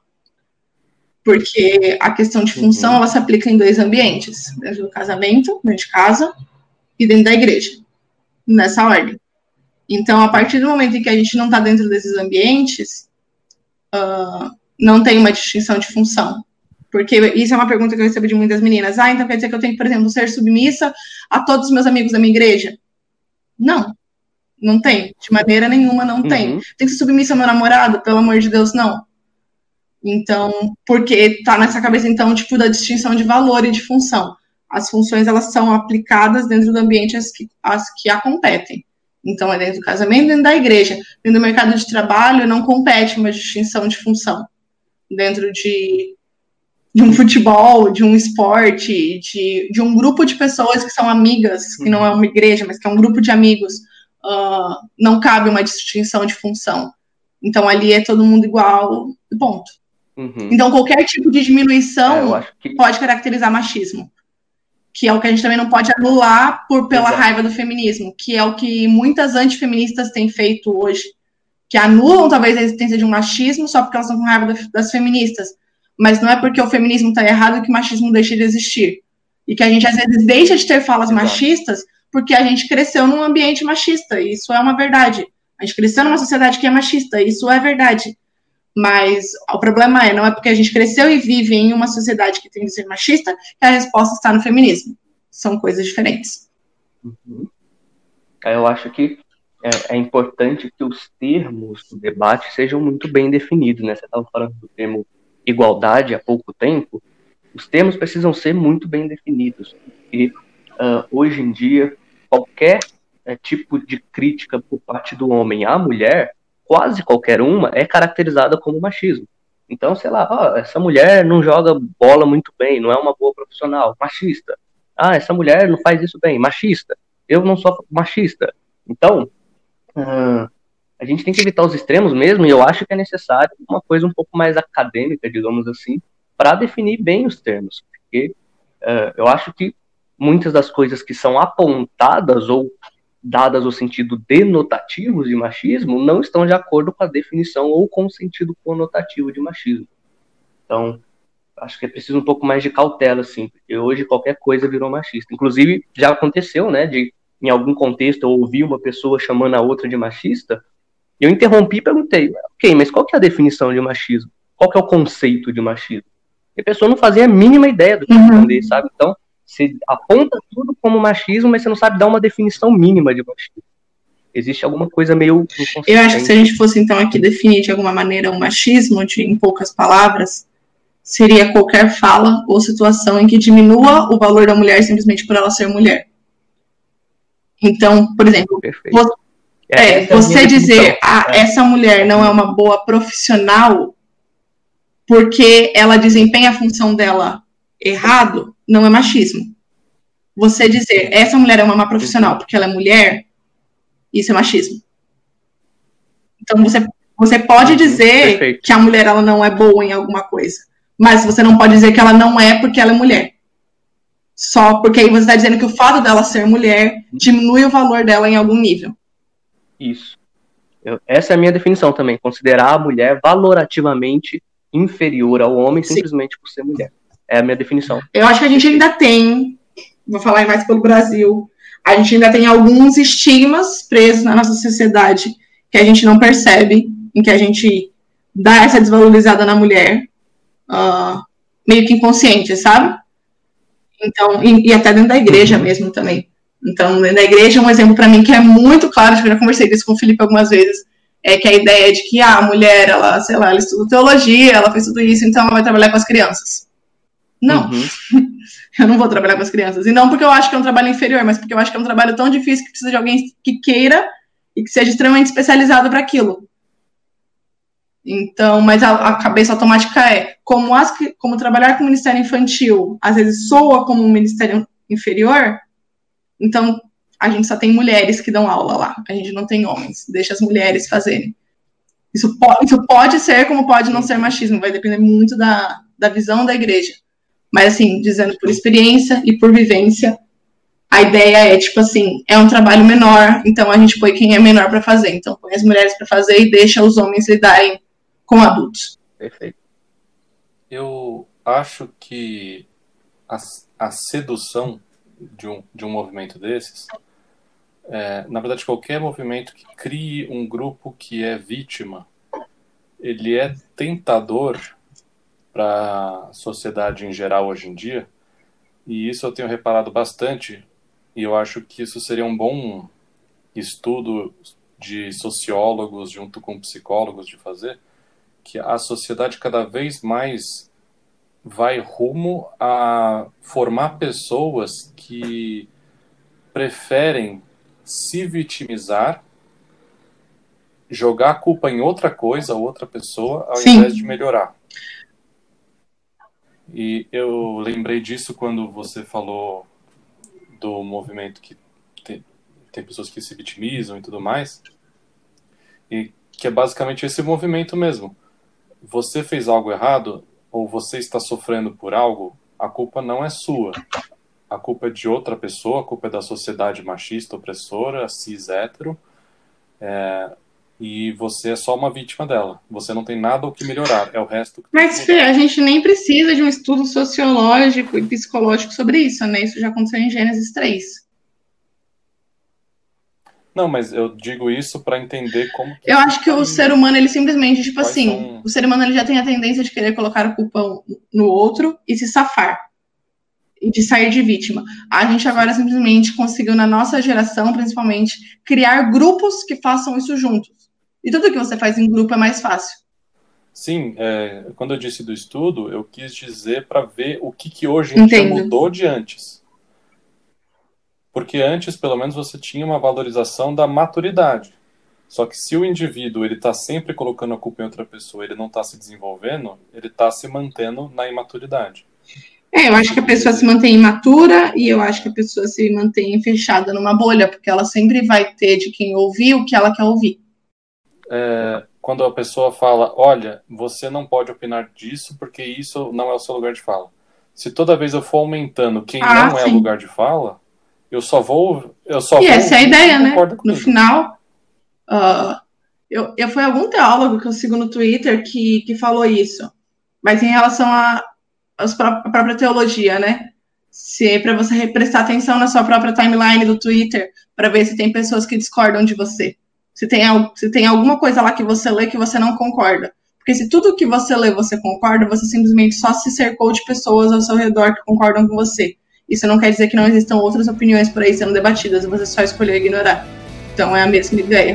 Porque a questão de função, uhum. ela se aplica em dois ambientes. Dentro do casamento, dentro de casa, e dentro da igreja. Nessa ordem. Então, a partir do momento em que a gente não está dentro desses ambientes... Uh, não tem uma distinção de função. Porque isso é uma pergunta que eu recebo de muitas meninas. Ah, então quer dizer que eu tenho que, por exemplo, ser submissa a todos os meus amigos da minha igreja? Não. Não tem. De maneira nenhuma não uhum. tem. Tem que ser submissa ao meu namorado? Pelo amor de Deus, não. Então, porque tá nessa cabeça, então, tipo, da distinção de valor e de função. As funções, elas são aplicadas dentro do ambiente as que, as que a competem. Então, é dentro do casamento, dentro da igreja. Dentro do mercado de trabalho, não compete uma distinção de função. Dentro de, de um futebol, de um esporte, de, de um grupo de pessoas que são amigas, que não é uma igreja, mas que é um grupo de amigos, uh, não cabe uma distinção de função. Então, ali é todo mundo igual, ponto. Uhum. Então, qualquer tipo de diminuição é, eu acho que... pode caracterizar machismo. Que é o que a gente também não pode anular por, pela Exato. Raiva do feminismo, que é o que muitas antifeministas têm feito hoje, que anulam talvez a existência de um machismo só porque elas estão com raiva das feministas, mas não é porque o feminismo está errado que o machismo deixa de existir, e que a gente às vezes deixa de ter falas Exato. Machistas porque a gente cresceu num ambiente machista, e isso é uma verdade, a gente cresceu numa sociedade que é machista, isso é verdade. Mas o problema é, não é porque a gente cresceu e vive em uma sociedade que tem que ser machista que a resposta está no feminismo. São coisas diferentes. Uhum. Eu acho que é, é importante que os termos do debate sejam muito bem definidos, né? Você estava falando do termo igualdade há pouco tempo. Os termos precisam ser muito bem definidos. Porque uh, hoje em dia, qualquer uh, tipo de crítica por parte do homem à mulher, quase qualquer uma, é caracterizada como machismo. Então, sei lá, ó, essa mulher não joga bola muito bem, não é uma boa profissional, machista. Ah, essa mulher não faz isso bem, machista. Eu não sou machista. Então, uh, a gente tem que evitar os extremos mesmo, e eu acho que é necessário uma coisa um pouco mais acadêmica, digamos assim, para definir bem os termos, porque uh, eu acho que muitas das coisas que são apontadas ou dadas o sentido denotativo de machismo não estão de acordo com a definição ou com o sentido conotativo de machismo. Então, acho que é preciso um pouco mais de cautela, assim, porque hoje qualquer coisa virou machista. Inclusive, já aconteceu, né, de em algum contexto eu ouvi uma pessoa chamando a outra de machista, eu interrompi e perguntei, ok, mas qual que é a definição de machismo? Qual que é o conceito de machismo? E a pessoa não fazia a mínima ideia do que responder, uhum. sabe? Então, você aponta tudo como machismo, mas você não sabe dar uma definição mínima de machismo. Existe alguma coisa meio inconsistente. Eu acho que se a gente fosse, então, aqui definir de alguma maneira o machismo, de, em poucas palavras, seria qualquer fala ou situação em que diminua o valor da mulher simplesmente por ela ser mulher. Então, por exemplo, você, é, você dizer, ah, é. essa mulher não é uma boa profissional porque ela desempenha a função dela errado, não é machismo. Você dizer, essa mulher é uma má profissional porque ela é mulher, isso é machismo. Então, você, você pode dizer Perfeito. que a mulher ela não é boa em alguma coisa, mas você não pode dizer que ela não é porque ela é mulher. Só porque aí você está dizendo que o fato dela ser mulher diminui o valor dela em algum nível. Isso. Eu, essa é a minha definição também. Considerar a mulher valorativamente inferior ao homem Sim. simplesmente por ser mulher. É a minha definição. Eu acho que a gente ainda tem, vou falar mais pelo Brasil, a gente ainda tem alguns estigmas presos na nossa sociedade que a gente não percebe, em que a gente dá essa desvalorizada na mulher, uh, meio que inconsciente, sabe? Então, e, e até dentro da igreja mesmo também. Então, dentro da igreja, um exemplo para mim que é muito claro, acho que eu já conversei disso com o Felipe algumas vezes, é que a ideia de que ah, a mulher, ela, sei lá, ela estuda teologia, ela fez tudo isso, então ela vai trabalhar com as crianças. Não, uhum. eu não vou trabalhar com as crianças. E não porque eu acho que é um trabalho inferior, mas porque eu acho que é um trabalho tão difícil que precisa de alguém que queira e que seja extremamente especializado para aquilo. Então, mas a, a cabeça automática é, como, as, como trabalhar com o ministério infantil às vezes soa como um ministério inferior, então a gente só tem mulheres que dão aula lá, a gente não tem homens, deixa as mulheres fazerem. Isso pode, isso pode ser como pode não ser machismo, vai depender muito da, da visão da igreja. Mas assim, dizendo por experiência e por vivência, a ideia é, tipo assim, é um trabalho menor, então a gente põe quem é menor para fazer. Então põe as mulheres para fazer e deixa os homens lidarem com adultos. Perfeito. Eu acho que a, a sedução de um, de um movimento desses, é, na verdade, qualquer movimento que crie um grupo que é vítima, ele é tentador para a sociedade em geral hoje em dia, e isso eu tenho reparado bastante, e eu acho que isso seria um bom estudo de sociólogos junto com psicólogos de fazer, que a sociedade cada vez mais vai rumo a formar pessoas que preferem se vitimizar, jogar a culpa em outra coisa, outra pessoa, ao Sim. invés de melhorar. E eu lembrei disso quando você falou do movimento que tem, tem pessoas que se vitimizam e tudo mais, e que é basicamente esse movimento mesmo. Você fez algo errado, ou você está sofrendo por algo, a culpa não é sua. A culpa é de outra pessoa, a culpa é da sociedade machista, opressora, cis, hétero, é, e você é só uma vítima dela. Você não tem nada o que melhorar, é o resto que Mas, Fê, a gente nem precisa de um estudo sociológico e psicológico sobre isso, né? Isso já aconteceu em Gênesis três. Não, mas eu digo isso para entender como... Que eu acho que o ser humano, ele simplesmente, tipo assim, são... o ser humano ele já tem a tendência de querer colocar a culpa no outro e se safar. E de sair de vítima. A gente agora simplesmente conseguiu, na nossa geração, principalmente, criar grupos que façam isso juntos. E tudo que você faz em grupo é mais fácil. Sim, é, quando eu disse do estudo, eu quis dizer para ver o que, que hoje em dia mudou de antes. Porque antes, pelo menos, você tinha uma valorização da maturidade. Só que se o indivíduo ele está sempre colocando a culpa em outra pessoa, ele não está se desenvolvendo, ele está se mantendo na imaturidade. É, eu acho que a pessoa se mantém imatura e eu acho que a pessoa se mantém fechada numa bolha, porque ela sempre vai ter de quem ouvir o que ela quer ouvir. É, quando a pessoa fala, olha, você não pode opinar disso porque isso não é o seu lugar de fala. Se toda vez eu for aumentando quem Ah, não é sim. lugar de fala, eu só vou... Eu só E vou essa é a ouvir ideia, quem né? concorda No comigo. final, uh, eu, eu fui algum teólogo que eu sigo no Twitter que, que falou isso, mas em relação a, aos pró- a própria teologia, né? Se é para você prestar atenção na sua própria timeline do Twitter, para ver se tem pessoas que discordam de você. Se tem, al- se tem alguma coisa lá que você lê que você não concorda. Porque se tudo que você lê você concorda, você simplesmente só se cercou de pessoas ao seu redor que concordam com você. Isso não quer dizer que não existam outras opiniões por aí sendo debatidas, você só escolheu ignorar. Então é a mesma ideia.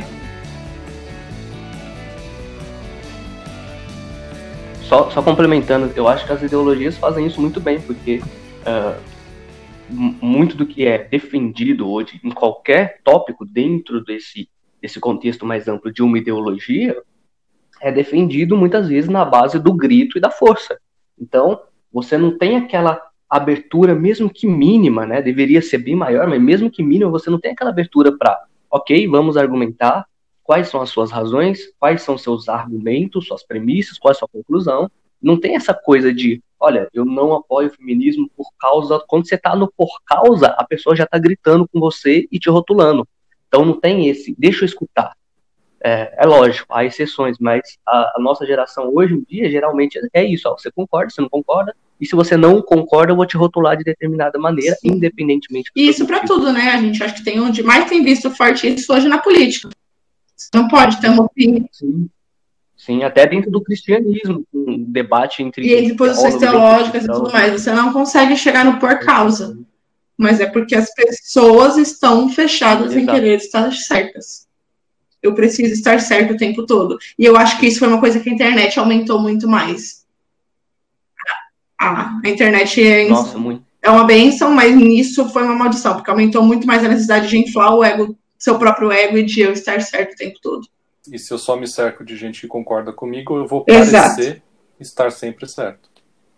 Só, só complementando, eu acho que as ideologias fazem isso muito bem, porque uh, muito do que é defendido hoje em qualquer tópico dentro desse, desse contexto mais amplo de uma ideologia é defendido muitas vezes na base do grito e da força. Então, você não tem aquela abertura, mesmo que mínima, né? Deveria ser bem maior, mas mesmo que mínima, você não tem aquela abertura para, ok, vamos argumentar quais são as suas razões, quais são seus argumentos, suas premissas, qual é a sua conclusão. Não tem essa coisa de, olha, eu não apoio o feminismo por causa... Quando você está no por causa, a pessoa já está gritando com você e te rotulando. Então não tem esse, deixa eu escutar. É, é lógico, há exceções, mas a, a nossa geração hoje em dia, geralmente é isso, ó, você concorda, você não concorda, e se você não concorda, eu vou te rotular de determinada maneira, Sim. Independentemente do E isso para tudo, né? A gente acha que tem onde mais tem visto forte isso hoje na política. Você não pode ter uma opinião. Sim, sim, até dentro do cristianismo, um debate entre... E entre posições teológicas e tudo mais, você não consegue chegar no por causa, mas é porque as pessoas estão fechadas Exato. Em querer estar certas. Eu preciso estar certo o tempo todo. E eu acho que isso foi uma coisa que a internet aumentou muito mais. A, a internet é, Nossa, muito. é uma bênção, mas nisso foi uma maldição, porque aumentou muito mais a necessidade de inflar o ego, seu próprio ego, e de eu estar certo o tempo todo. E se eu só me cerco de gente que concorda comigo, eu vou parecer Exato. Estar sempre certo.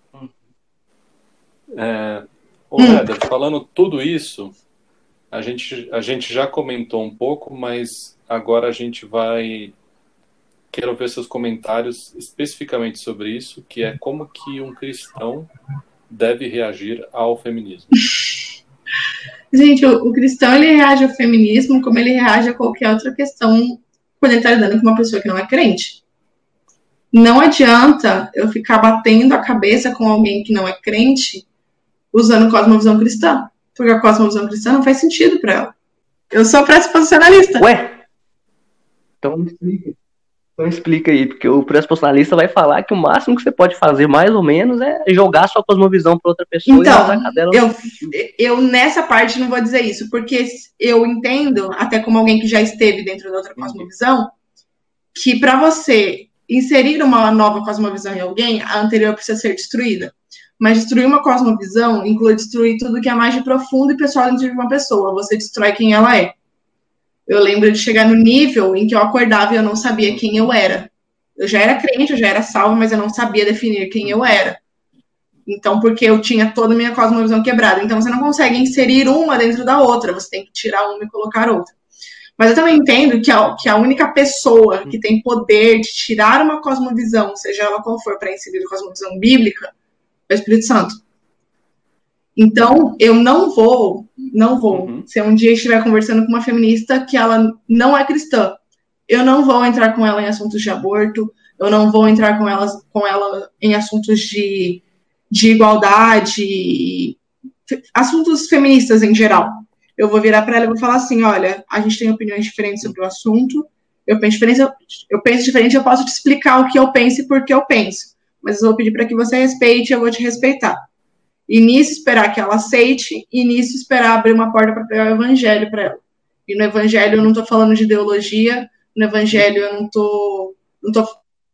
É, ô, hum. Éder, falando tudo isso, a gente, a gente já comentou um pouco, mas agora a gente vai... Quero ver seus comentários especificamente sobre isso, que é como que um cristão deve reagir ao feminismo. Gente, o, o cristão, ele reage ao feminismo como ele reage a qualquer outra questão quando ele está lidando com uma pessoa que não é crente. Não adianta eu ficar batendo a cabeça com alguém que não é crente usando cosmovisão cristã, porque a cosmovisão cristã não faz sentido para ela. Eu sou pressuposicionalista. Ué? Então me explica. Então explica aí, porque o pressuposicionalista vai falar que o máximo que você pode fazer, mais ou menos, é jogar sua cosmovisão para outra pessoa então, e usar a cadela. Eu, eu nessa parte não vou dizer isso, porque eu entendo, até como alguém que já esteve dentro da outra cosmovisão, que para você inserir uma nova cosmovisão em alguém, a anterior precisa ser destruída. Mas destruir uma cosmovisão inclui destruir tudo que é mais de profundo e pessoal dentro de uma pessoa. Você destrói quem ela é. Eu lembro de chegar no nível em que eu acordava e eu não sabia quem eu era. Eu já era crente, eu já era salva, mas eu não sabia definir quem eu era. Então, porque eu tinha toda a minha cosmovisão quebrada. Então, você não consegue inserir uma dentro da outra. Você tem que tirar uma e colocar outra. Mas eu também entendo que a, que a única pessoa que tem poder de tirar uma cosmovisão, seja ela qual for, para inserir a cosmovisão bíblica, é o Espírito Santo. Então, eu não vou, não vou, uhum. se um dia estiver conversando com uma feminista que ela não é cristã, eu não vou entrar com ela em assuntos de aborto, eu não vou entrar com ela, com ela em assuntos de, de igualdade, assuntos feministas em geral. Eu vou virar para ela e vou falar assim, olha, a gente tem opiniões diferentes sobre o assunto, eu penso diferente, eu penso diferente, eu posso te explicar o que eu penso e por que eu penso, mas eu vou pedir para que você respeite e eu vou te respeitar. E nisso esperar que ela aceite, e nisso esperar abrir uma porta para pegar o evangelho para ela. E no evangelho eu não estou falando de ideologia, no evangelho eu não estou... Não tô...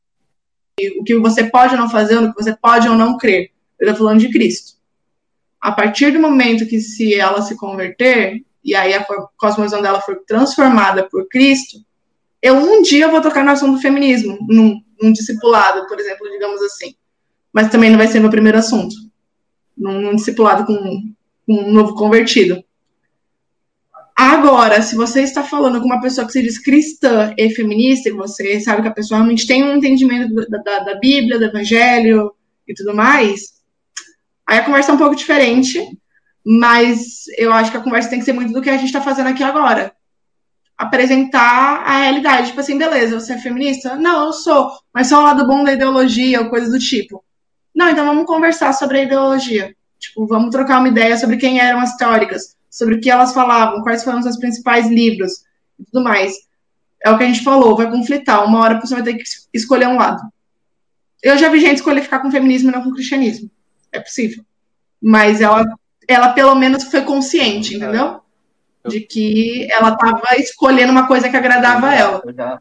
O que você pode ou não fazer, o que você pode ou não crer. Eu estou falando de Cristo. A partir do momento que se ela se converter, e aí a cosmovisão dela for transformada por Cristo, eu um dia vou tocar na ação do feminismo, num, num discipulado, por exemplo, digamos assim. Mas também não vai ser meu primeiro assunto. Num, num discipulado com, com um novo convertido. Agora, se você está falando com uma pessoa que se diz cristã e feminista, e você sabe que a pessoa realmente tem um entendimento da, da, da Bíblia, do Evangelho e tudo mais, aí a conversa é um pouco diferente, mas eu acho que a conversa tem que ser muito do que a gente está fazendo aqui agora. Apresentar a realidade. Tipo assim, beleza, você é feminista? Não, eu sou, mas só o lado bom da ideologia ou coisa do tipo. Não, então vamos conversar sobre a ideologia. Tipo, vamos trocar uma ideia sobre quem eram as teóricas, sobre o que elas falavam, quais foram os seus principais livros e tudo mais. É o que a gente falou, vai conflitar. Uma hora você vai ter que escolher um lado. Eu já vi gente escolher ficar com feminismo e não com cristianismo. É possível. Mas ela, ela pelo menos foi consciente, entendeu? De que ela estava escolhendo uma coisa que agradava a ela. Já...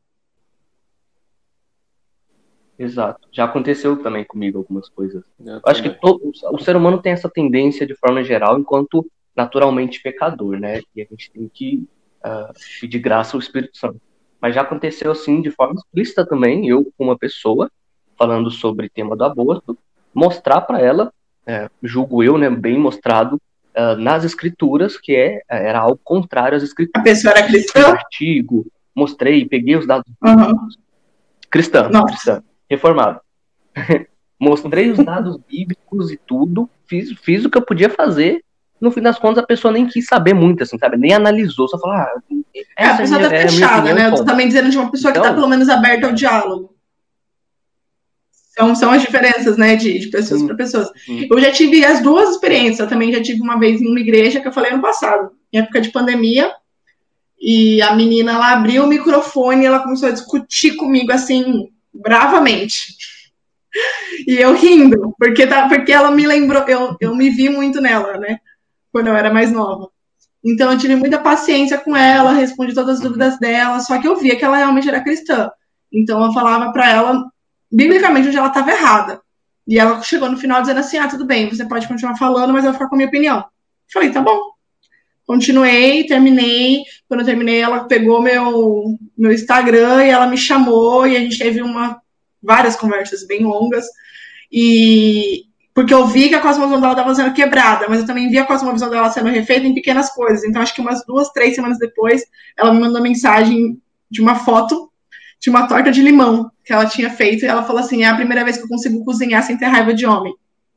Exato. Já aconteceu também comigo algumas coisas. Eu Eu acho que todo, o ser humano tem essa tendência de forma geral, enquanto naturalmente pecador, né? E a gente tem que uh, pedir graça ao Espírito Santo. Mas já aconteceu assim de forma explícita também, eu, com uma pessoa, falando sobre o tema do aborto, mostrar para ela, é, julgo eu, né, bem mostrado, uh, nas escrituras, que é, era algo contrário às escrituras. A pessoa era cristã? Um artigo, mostrei, peguei os dados. Uhum. Cristã, cristã, reformado. Mostrei os dados bíblicos e tudo, fiz, fiz o que eu podia fazer. No fim das contas, a pessoa nem quis saber muito, assim, sabe? Nem analisou, só falou, ah, é, a pessoa é minha, tá fechada, é né? Eu tô também dizendo de uma pessoa então, que tá pelo menos aberta ao diálogo. São, são as diferenças, né, de, de pessoas para pessoas. Sim. Eu já tive as duas experiências. Eu também já tive uma vez em uma igreja, que eu falei ano passado, em época de pandemia, e a menina, ela abriu o microfone e ela começou a discutir comigo, assim, bravamente. E eu rindo, porque, tá, porque ela me lembrou, eu, eu me vi muito nela, né, quando eu era mais nova. Então eu tive muita paciência com ela, respondi todas as dúvidas dela, só que eu via que ela realmente era cristã. Então eu falava para ela, biblicamente, onde ela estava errada. E ela chegou no final dizendo assim, ah, tudo bem, você pode continuar falando, mas eu vou ficar com a minha opinião. Eu falei, tá bom. Continuei, terminei. Quando eu terminei, ela pegou meu, meu Instagram e ela me chamou e a gente teve uma, várias conversas bem longas. E porque eu vi que a cosmovisão dela estava sendo quebrada, mas eu também vi a cosmovisão dela sendo refeita em pequenas coisas. Então, acho que umas duas, três semanas depois, ela me mandou mensagem de uma foto de uma torta de limão que ela tinha feito, e ela falou assim, é a primeira vez que eu consigo cozinhar sem ter raiva de homem.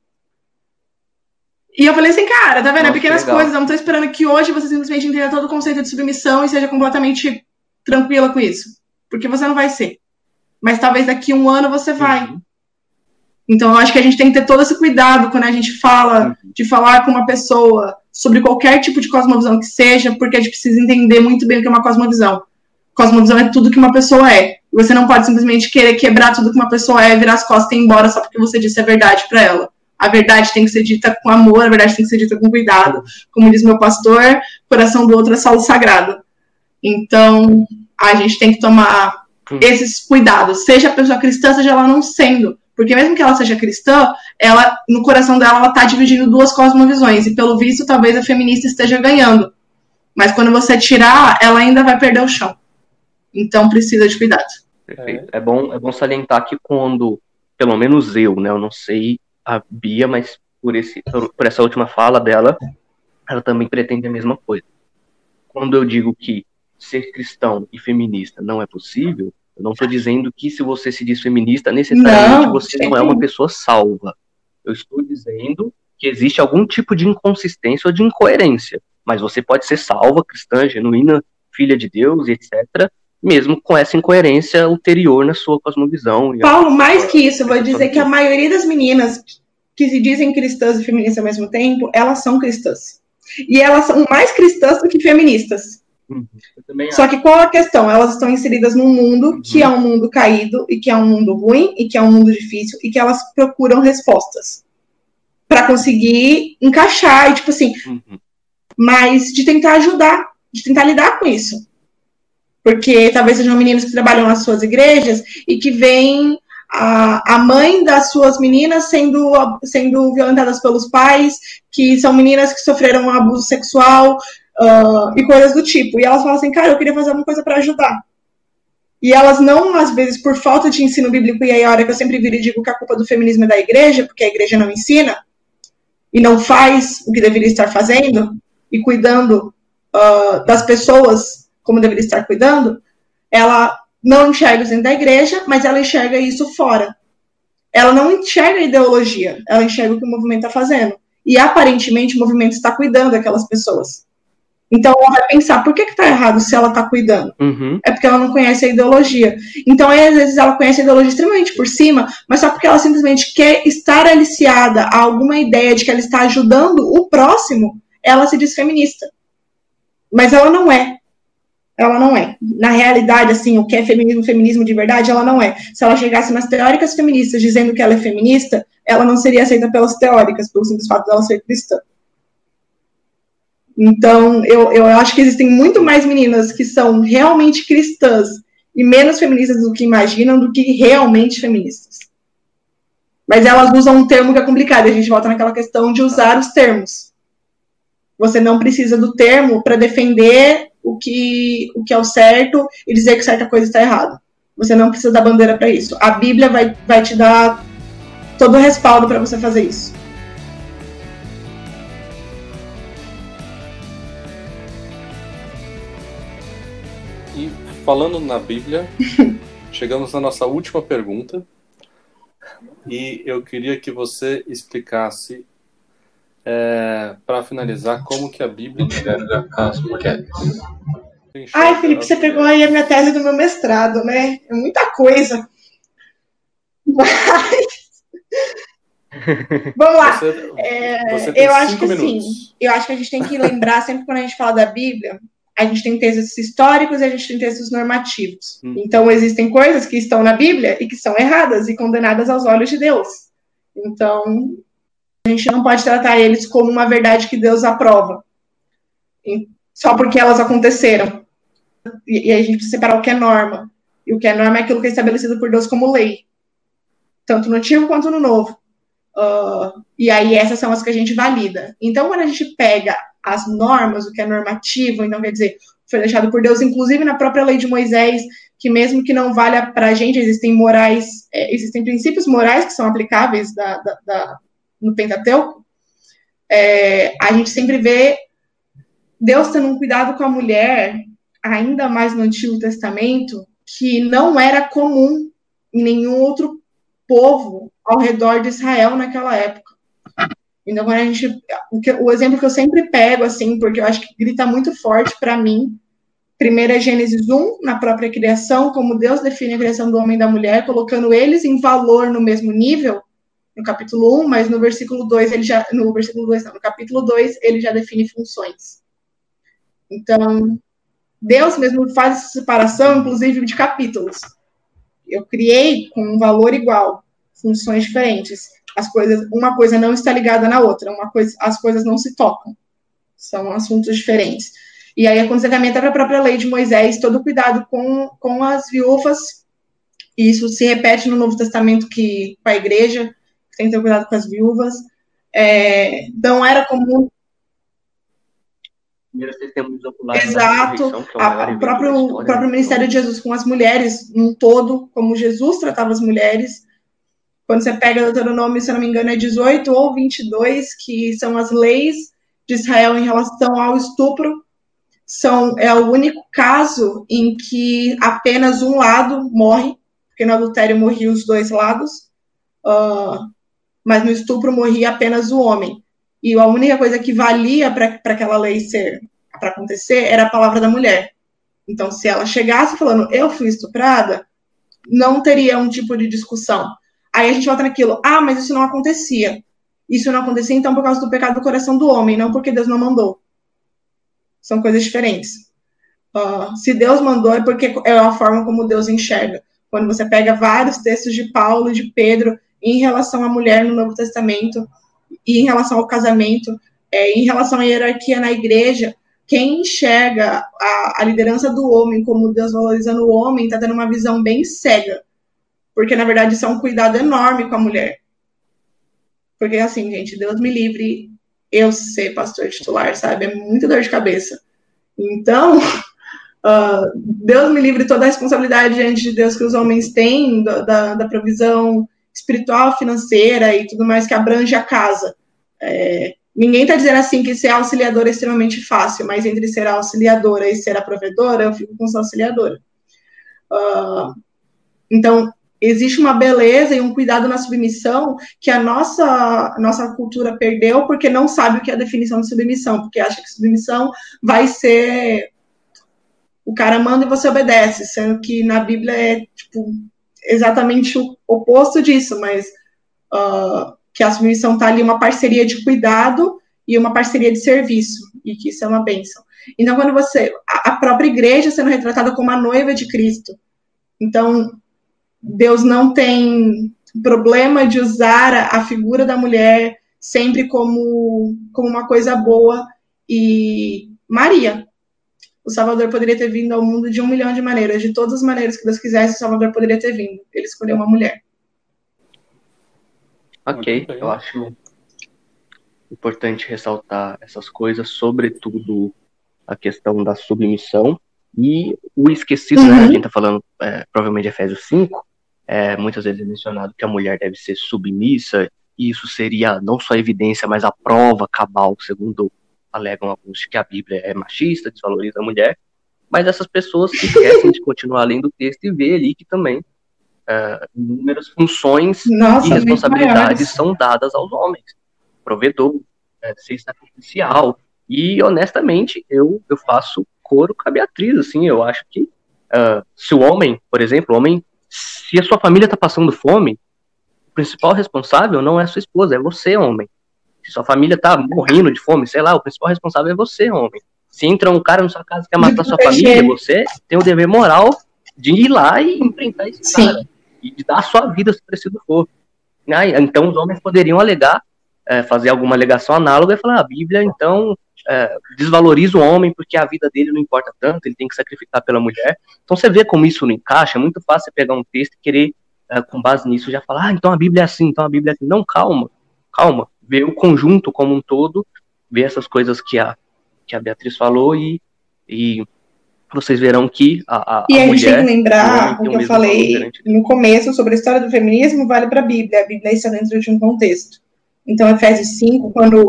E eu falei assim, cara, tá vendo? Nossa, é pequenas coisas, eu não tô esperando que hoje você simplesmente entenda todo o conceito de submissão e seja completamente tranquila com isso. Porque você não vai ser. Mas talvez daqui a um ano você vai. Uhum. Então eu acho que a gente tem que ter todo esse cuidado quando a gente fala, uhum. de falar com uma pessoa sobre qualquer tipo de cosmovisão que seja, porque a gente precisa entender muito bem o que é uma cosmovisão. Cosmovisão é tudo que uma pessoa é. E você não pode simplesmente querer quebrar tudo que uma pessoa é, virar as costas e ir embora só porque você disse a verdade para ela. A verdade tem que ser dita com amor, a verdade tem que ser dita com cuidado. Como diz meu pastor, coração do outro é solo sagrado. Então, a gente tem que tomar hum. esses cuidados. Seja a pessoa cristã, seja ela não sendo. Porque mesmo que ela seja cristã, ela, no coração dela, ela está dividindo duas cosmovisões. E pelo visto, talvez a feminista esteja ganhando. Mas quando você tirar, ela ainda vai perder o chão. Então, precisa de cuidado. Perfeito. É bom, é bom salientar que quando, pelo menos eu, né, eu não sei a Bia, mas por, esse, por essa última fala dela, ela também pretende a mesma coisa. Quando eu digo que ser cristão e feminista não é possível, eu não estou dizendo que se você se diz feminista, necessariamente não, você não é uma pessoa salva. Eu estou dizendo que existe algum tipo de inconsistência ou de incoerência, mas você pode ser salva, cristã, genuína, filha de Deus, etcétera, mesmo com essa incoerência ulterior na sua cosmovisão. Paulo, mais que isso, eu vou dizer que a maioria das meninas que se dizem cristãs e feministas ao mesmo tempo, elas são cristãs. E elas são mais cristãs do que feministas. Uhum. Só que qual a questão? Elas estão inseridas num mundo uhum. que é um mundo caído, e que é um mundo ruim, e que é um mundo difícil, e que elas procuram respostas para conseguir encaixar, e tipo assim, uhum. mas de tentar ajudar, de tentar lidar com isso. Porque talvez sejam meninos que trabalham nas suas igrejas e que veem a, a mãe das suas meninas sendo, sendo violentadas pelos pais, que são meninas que sofreram um abuso sexual uh, e coisas do tipo. E elas falam assim, cara, eu queria fazer alguma coisa para ajudar. E elas não, às vezes, por falta de ensino bíblico, e aí a hora que eu sempre viro e digo que a culpa do feminismo é da igreja, porque a igreja não ensina e não faz o que deveria estar fazendo e cuidando uh, das pessoas como deveria estar cuidando, ela não enxerga isso dentro da igreja, mas ela enxerga isso fora. Ela não enxerga a ideologia, ela enxerga o que o movimento está fazendo. E, aparentemente, o movimento está cuidando daquelas pessoas. Então, ela vai pensar, por que está errado se ela está cuidando? Uhum. É porque ela não conhece a ideologia. Então, aí, às vezes, ela conhece a ideologia extremamente por cima, mas só porque ela simplesmente quer estar aliciada a alguma ideia de que ela está ajudando o próximo, ela se diz feminista. Mas ela não é. Ela não é. Na realidade, assim, o que é feminismo, feminismo de verdade, ela não é. Se ela chegasse nas teóricas feministas dizendo que ela é feminista, ela não seria aceita pelas teóricas, pelo simples fato dela ser cristã. Então, eu, eu acho que existem muito mais meninas que são realmente cristãs e menos feministas do que imaginam, do que realmente feministas. Mas elas usam um termo que é complicado, e a gente volta naquela questão de usar os termos. Você não precisa do termo para defender o que, o que é o certo e dizer que certa coisa está errada. Você não precisa da bandeira para isso. A Bíblia vai, vai te dar todo o respaldo para você fazer isso. E falando na Bíblia, chegamos na nossa última pergunta. E eu queria que você explicasse, é, para finalizar, como que a Bíblia enxerga as mulheres. Ai, Felipe, você pegou aí a minha tese do meu mestrado, né? É muita coisa. Mas... Vamos lá. Você, é, você tem eu acho que minutos. sim. Eu acho que a gente tem que lembrar, sempre quando a gente fala da Bíblia, a gente tem textos históricos e a gente tem textos normativos. Hum. Então, existem coisas que estão na Bíblia e que são erradas e condenadas aos olhos de Deus. Então, a gente não pode tratar eles como uma verdade que Deus aprova, só porque elas aconteceram. E, e a gente precisa separar o que é norma. E o que é norma é aquilo que é estabelecido por Deus como lei, tanto no Antigo quanto no Novo. Uh, e aí essas são as que a gente valida. Então, quando a gente pega as normas, o que é normativo, então quer dizer, foi deixado por Deus, inclusive na própria lei de Moisés, que mesmo que não valha para a gente, existem morais, é, existem princípios morais que são aplicáveis da, da, da, no Pentateuco, é, a gente sempre vê Deus tendo um cuidado com a mulher, ainda mais no Antigo Testamento, que não era comum em nenhum outro povo ao redor de Israel naquela época. Então, quando a gente, o, que, o exemplo que eu sempre pego, assim, porque eu acho que grita muito forte para mim, primeiro é Gênesis um, na própria criação, como Deus define a criação do homem e da mulher, colocando eles em valor no mesmo nível, no capítulo um, mas no versículo dois, ele já, no versículo dois, não, no capítulo dois, ele já define funções. Então, Deus mesmo faz essa separação, inclusive, de capítulos. Eu criei com um valor igual, funções diferentes. As coisas, uma coisa não está ligada na outra, uma coisa, as coisas não se tocam. São assuntos diferentes. E aí, aconselhamento é para a própria lei de Moisés, todo cuidado com, com as viúvas. E isso se repete no Novo Testamento, que com a igreja, que tem que ter cuidado com as viúvas. É, não era comum. Exato, a, o, próprio, o próprio ministério de Jesus com as mulheres, num todo, como Jesus tratava as mulheres. Quando você pega o Deuteronômio, se eu não me engano, é dezoito ou vinte e dois, que são as leis de Israel em relação ao estupro. São, é o único caso em que apenas um lado morre, porque no adultério morriam os dois lados, uh, mas no estupro morria apenas o homem. E a única coisa que valia para aquela lei ser, para acontecer, era a palavra da mulher. Então, se ela chegasse falando, eu fui estuprada, não teria um tipo de discussão. Aí a gente volta naquilo, ah, mas isso não acontecia. Isso não acontecia, então, por causa do pecado do coração do homem, não porque Deus não mandou. São coisas diferentes. Uh, se Deus mandou, é porque é a forma como Deus enxerga. Quando você pega vários textos de Paulo e de Pedro em relação à mulher no Novo Testamento, e em relação ao casamento, é, em relação à hierarquia na igreja, quem enxerga a, a liderança do homem como Deus valorizando o homem está tendo uma visão bem cega. Porque, na verdade, isso é um cuidado enorme com a mulher. Porque, assim, gente, Deus me livre eu ser pastor titular, sabe? É muita dor de cabeça. Então, uh, Deus me livre toda a responsabilidade diante de Deus que os homens têm, da, da, da provisão espiritual, financeira e tudo mais que abrange a casa. É, ninguém está dizendo assim que ser auxiliadora é extremamente fácil, mas entre ser auxiliadora e ser a provedora, eu fico com ser auxiliadora. Uh, então, existe uma beleza e um cuidado na submissão que a nossa, a nossa cultura perdeu porque não sabe o que é a definição de submissão, porque acha que submissão vai ser o cara manda e você obedece, sendo que na Bíblia é tipo, exatamente o oposto disso, mas uh, que a submissão está ali uma parceria de cuidado e uma parceria de serviço, e que isso é uma bênção. Então, quando você... A, a própria igreja sendo retratada como a noiva de Cristo. Então, Deus não tem problema de usar a, a figura da mulher sempre como, como uma coisa boa. E Maria, o Salvador poderia ter vindo ao mundo de um milhão de maneiras. De todas as maneiras que Deus quisesse, o Salvador poderia ter vindo. Ele escolheu uma mulher. Ok, eu acho importante ressaltar essas coisas, sobretudo a questão da submissão e o esquecido, uhum. né? A gente tá falando, é, provavelmente, de Efésios cinco, é, muitas vezes é mencionado que a mulher deve ser submissa, e isso seria não só a evidência, mas a prova cabal, segundo alegam alguns, de que a Bíblia é machista, desvaloriza a mulher, mas essas pessoas se esquecem de continuar lendo o texto e ver ali que também Uh, inúmeras funções Nossa, e responsabilidades são dadas aos homens. Provedor, uh, ser sacrificial. E, honestamente, eu, eu faço coro com a Beatriz, assim, eu acho que uh, se o homem, por exemplo, o homem, se a sua família está passando fome, o principal responsável não é a sua esposa, é você, homem. Se sua família está morrendo de fome, sei lá, o principal responsável é você, homem. Se entra um cara na sua casa que quer matar a sua família, você tem o dever moral de ir lá e enfrentar esse Sim. cara. E de dar a sua vida, se preciso for. Então, os homens poderiam alegar, é, fazer alguma alegação análoga e falar, a Bíblia, então, é, desvaloriza o homem porque a vida dele não importa tanto, ele tem que sacrificar pela mulher. Então, você vê como isso não encaixa, é muito fácil você pegar um texto e querer, é, com base nisso, já falar, ah, então a Bíblia é assim, então a Bíblia é assim. Não, calma, calma. Ver o conjunto como um todo, ver essas coisas que a, que a Beatriz falou e... e vocês verão que a, a, e a a mulher... gente tem que lembrar o que eu falei no começo sobre a história do feminismo, vale para a Bíblia. A Bíblia está dentro de um contexto. Então, Efésios cinco, quando...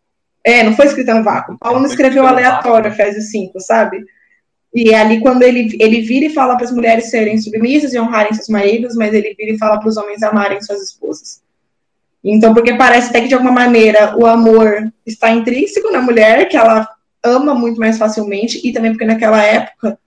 É, não foi escrito no vácuo. Paulo não escreveu aleatório Efésios cinco, sabe? E é ali quando ele, ele vira e fala para as mulheres serem submissas e honrarem seus maridos, mas ele vira e fala para os homens amarem suas esposas. Então, porque parece até que, de alguma maneira, o amor está intrínseco na mulher, que ela... ama muito mais facilmente, e também porque naquela época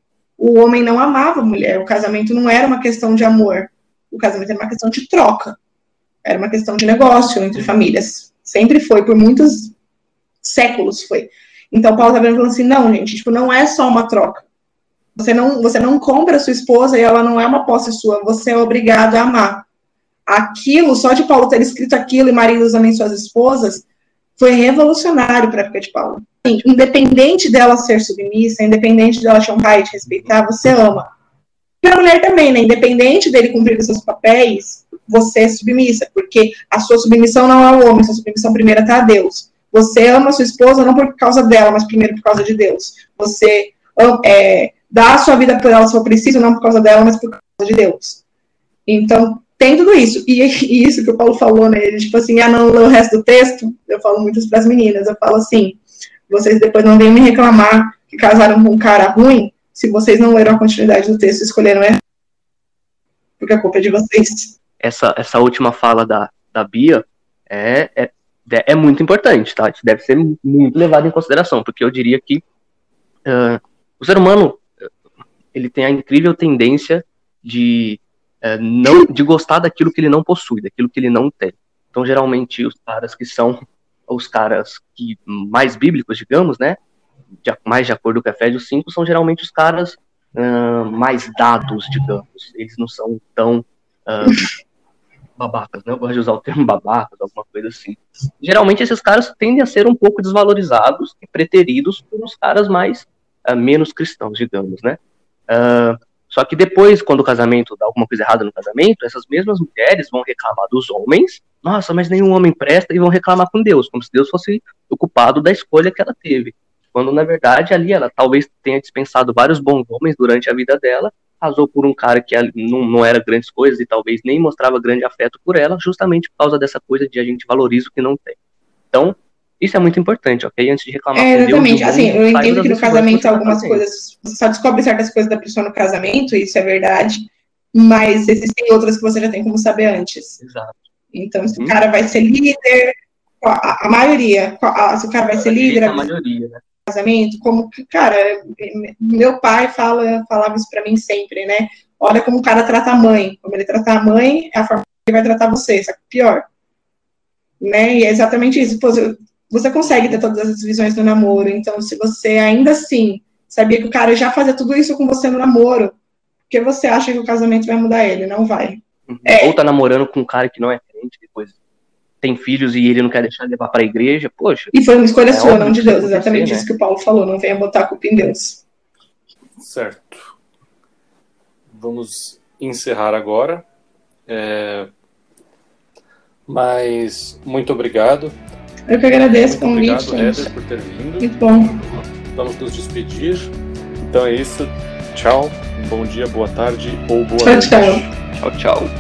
o homem não amava a mulher, o casamento não era uma questão de amor, o casamento era uma questão de troca, era uma questão de negócio entre famílias, sempre foi, por muitos séculos foi. Então Paulo tá falando assim, não gente, tipo, não é só uma troca, você não, você não compra a sua esposa e ela não é uma posse sua, você é obrigado a amar. Aquilo, só de Paulo ter escrito aquilo e maridos amem suas esposas, foi revolucionário para a época de Paulo. Independente dela ser submissa, independente dela te honrar e te respeitar, você ama. E a mulher também, né? Independente dele cumprir os seus papéis, você é submissa, porque a sua submissão não é ao homem, a sua submissão primeiro está a Deus. Você ama a sua esposa não por causa dela, mas primeiro por causa de Deus. Você é, dá a sua vida por ela se for preciso, não por causa dela, mas por causa de Deus. Então, tem tudo isso. E, e isso que o Paulo falou, né? Ele, tipo assim, ah, não leu o resto do texto? Eu falo muito para as meninas, eu falo assim, vocês depois não vêm me reclamar que casaram com um cara ruim, se vocês não leram a continuidade do texto e escolheram errado. Porque a culpa é de vocês. Essa, essa última fala da, da Bia é, é, é muito importante, tá? Isso deve ser muito levado em consideração, porque eu diria que uh, o ser humano, ele tem a incrível tendência de... É, não, de gostar daquilo que ele não possui, daquilo que ele não tem. Então, geralmente, os caras que são os caras que, mais bíblicos, digamos, né, de, mais de acordo com Efésios cinco, são geralmente os caras uh, mais dados, digamos. Eles não são tão uh, babacas, né? Eu gosto de usar o termo babacas, alguma coisa assim. Geralmente, esses caras tendem a ser um pouco desvalorizados e preteridos por uns caras mais, uh, menos cristãos, digamos, né. Uh, Só que depois, quando o casamento dá alguma coisa errada no casamento, essas mesmas mulheres vão reclamar dos homens, nossa, mas nenhum homem presta, e vão reclamar com Deus, como se Deus fosse o culpado da escolha que ela teve. Quando, na verdade, ali ela talvez tenha dispensado vários bons homens durante a vida dela, casou por um cara que não, não era grandes coisas e talvez nem mostrava grande afeto por ela, justamente por causa dessa coisa de a gente valoriza o que não tem. Então, Isso é muito importante, ok? Antes de reclamar é, com Deus, exatamente. Assim, eu entendo que no casamento você algumas tá coisas, você só descobre certas coisas da pessoa no casamento, isso é verdade, mas existem outras que você já tem como saber antes. Exato. Então, se Uhum. o cara vai ser líder, a, a maioria, a, se o cara vai ser líder, a maioria, né? Casamento, como que, cara, meu pai fala, falava isso pra mim sempre, né? Olha como o cara trata a mãe, como ele trata a mãe, é a forma que ele vai tratar você, só que pior. Né? E é exatamente isso. Pô, você consegue ter todas as visões no namoro, então se você ainda assim sabia que o cara já fazia tudo isso com você no namoro, por que você acha que o casamento vai mudar ele? Não vai. Uhum. É. Ou tá namorando com um cara que não é crente, depois tem filhos e ele não quer deixar levar pra igreja, poxa. E foi uma escolha é sua, não de Deus, acontecer, exatamente né? isso que o Paulo falou, não venha botar a culpa em Deus. Certo. Vamos encerrar agora. É... Mas muito obrigado. Eu que agradeço o convite. Muito obrigado, Heather, por ter vindo. Muito bom. Vamos nos despedir. Então é isso. Tchau. Bom dia, boa tarde ou boa tchau, noite. Tchau, tchau. Tchau, tchau.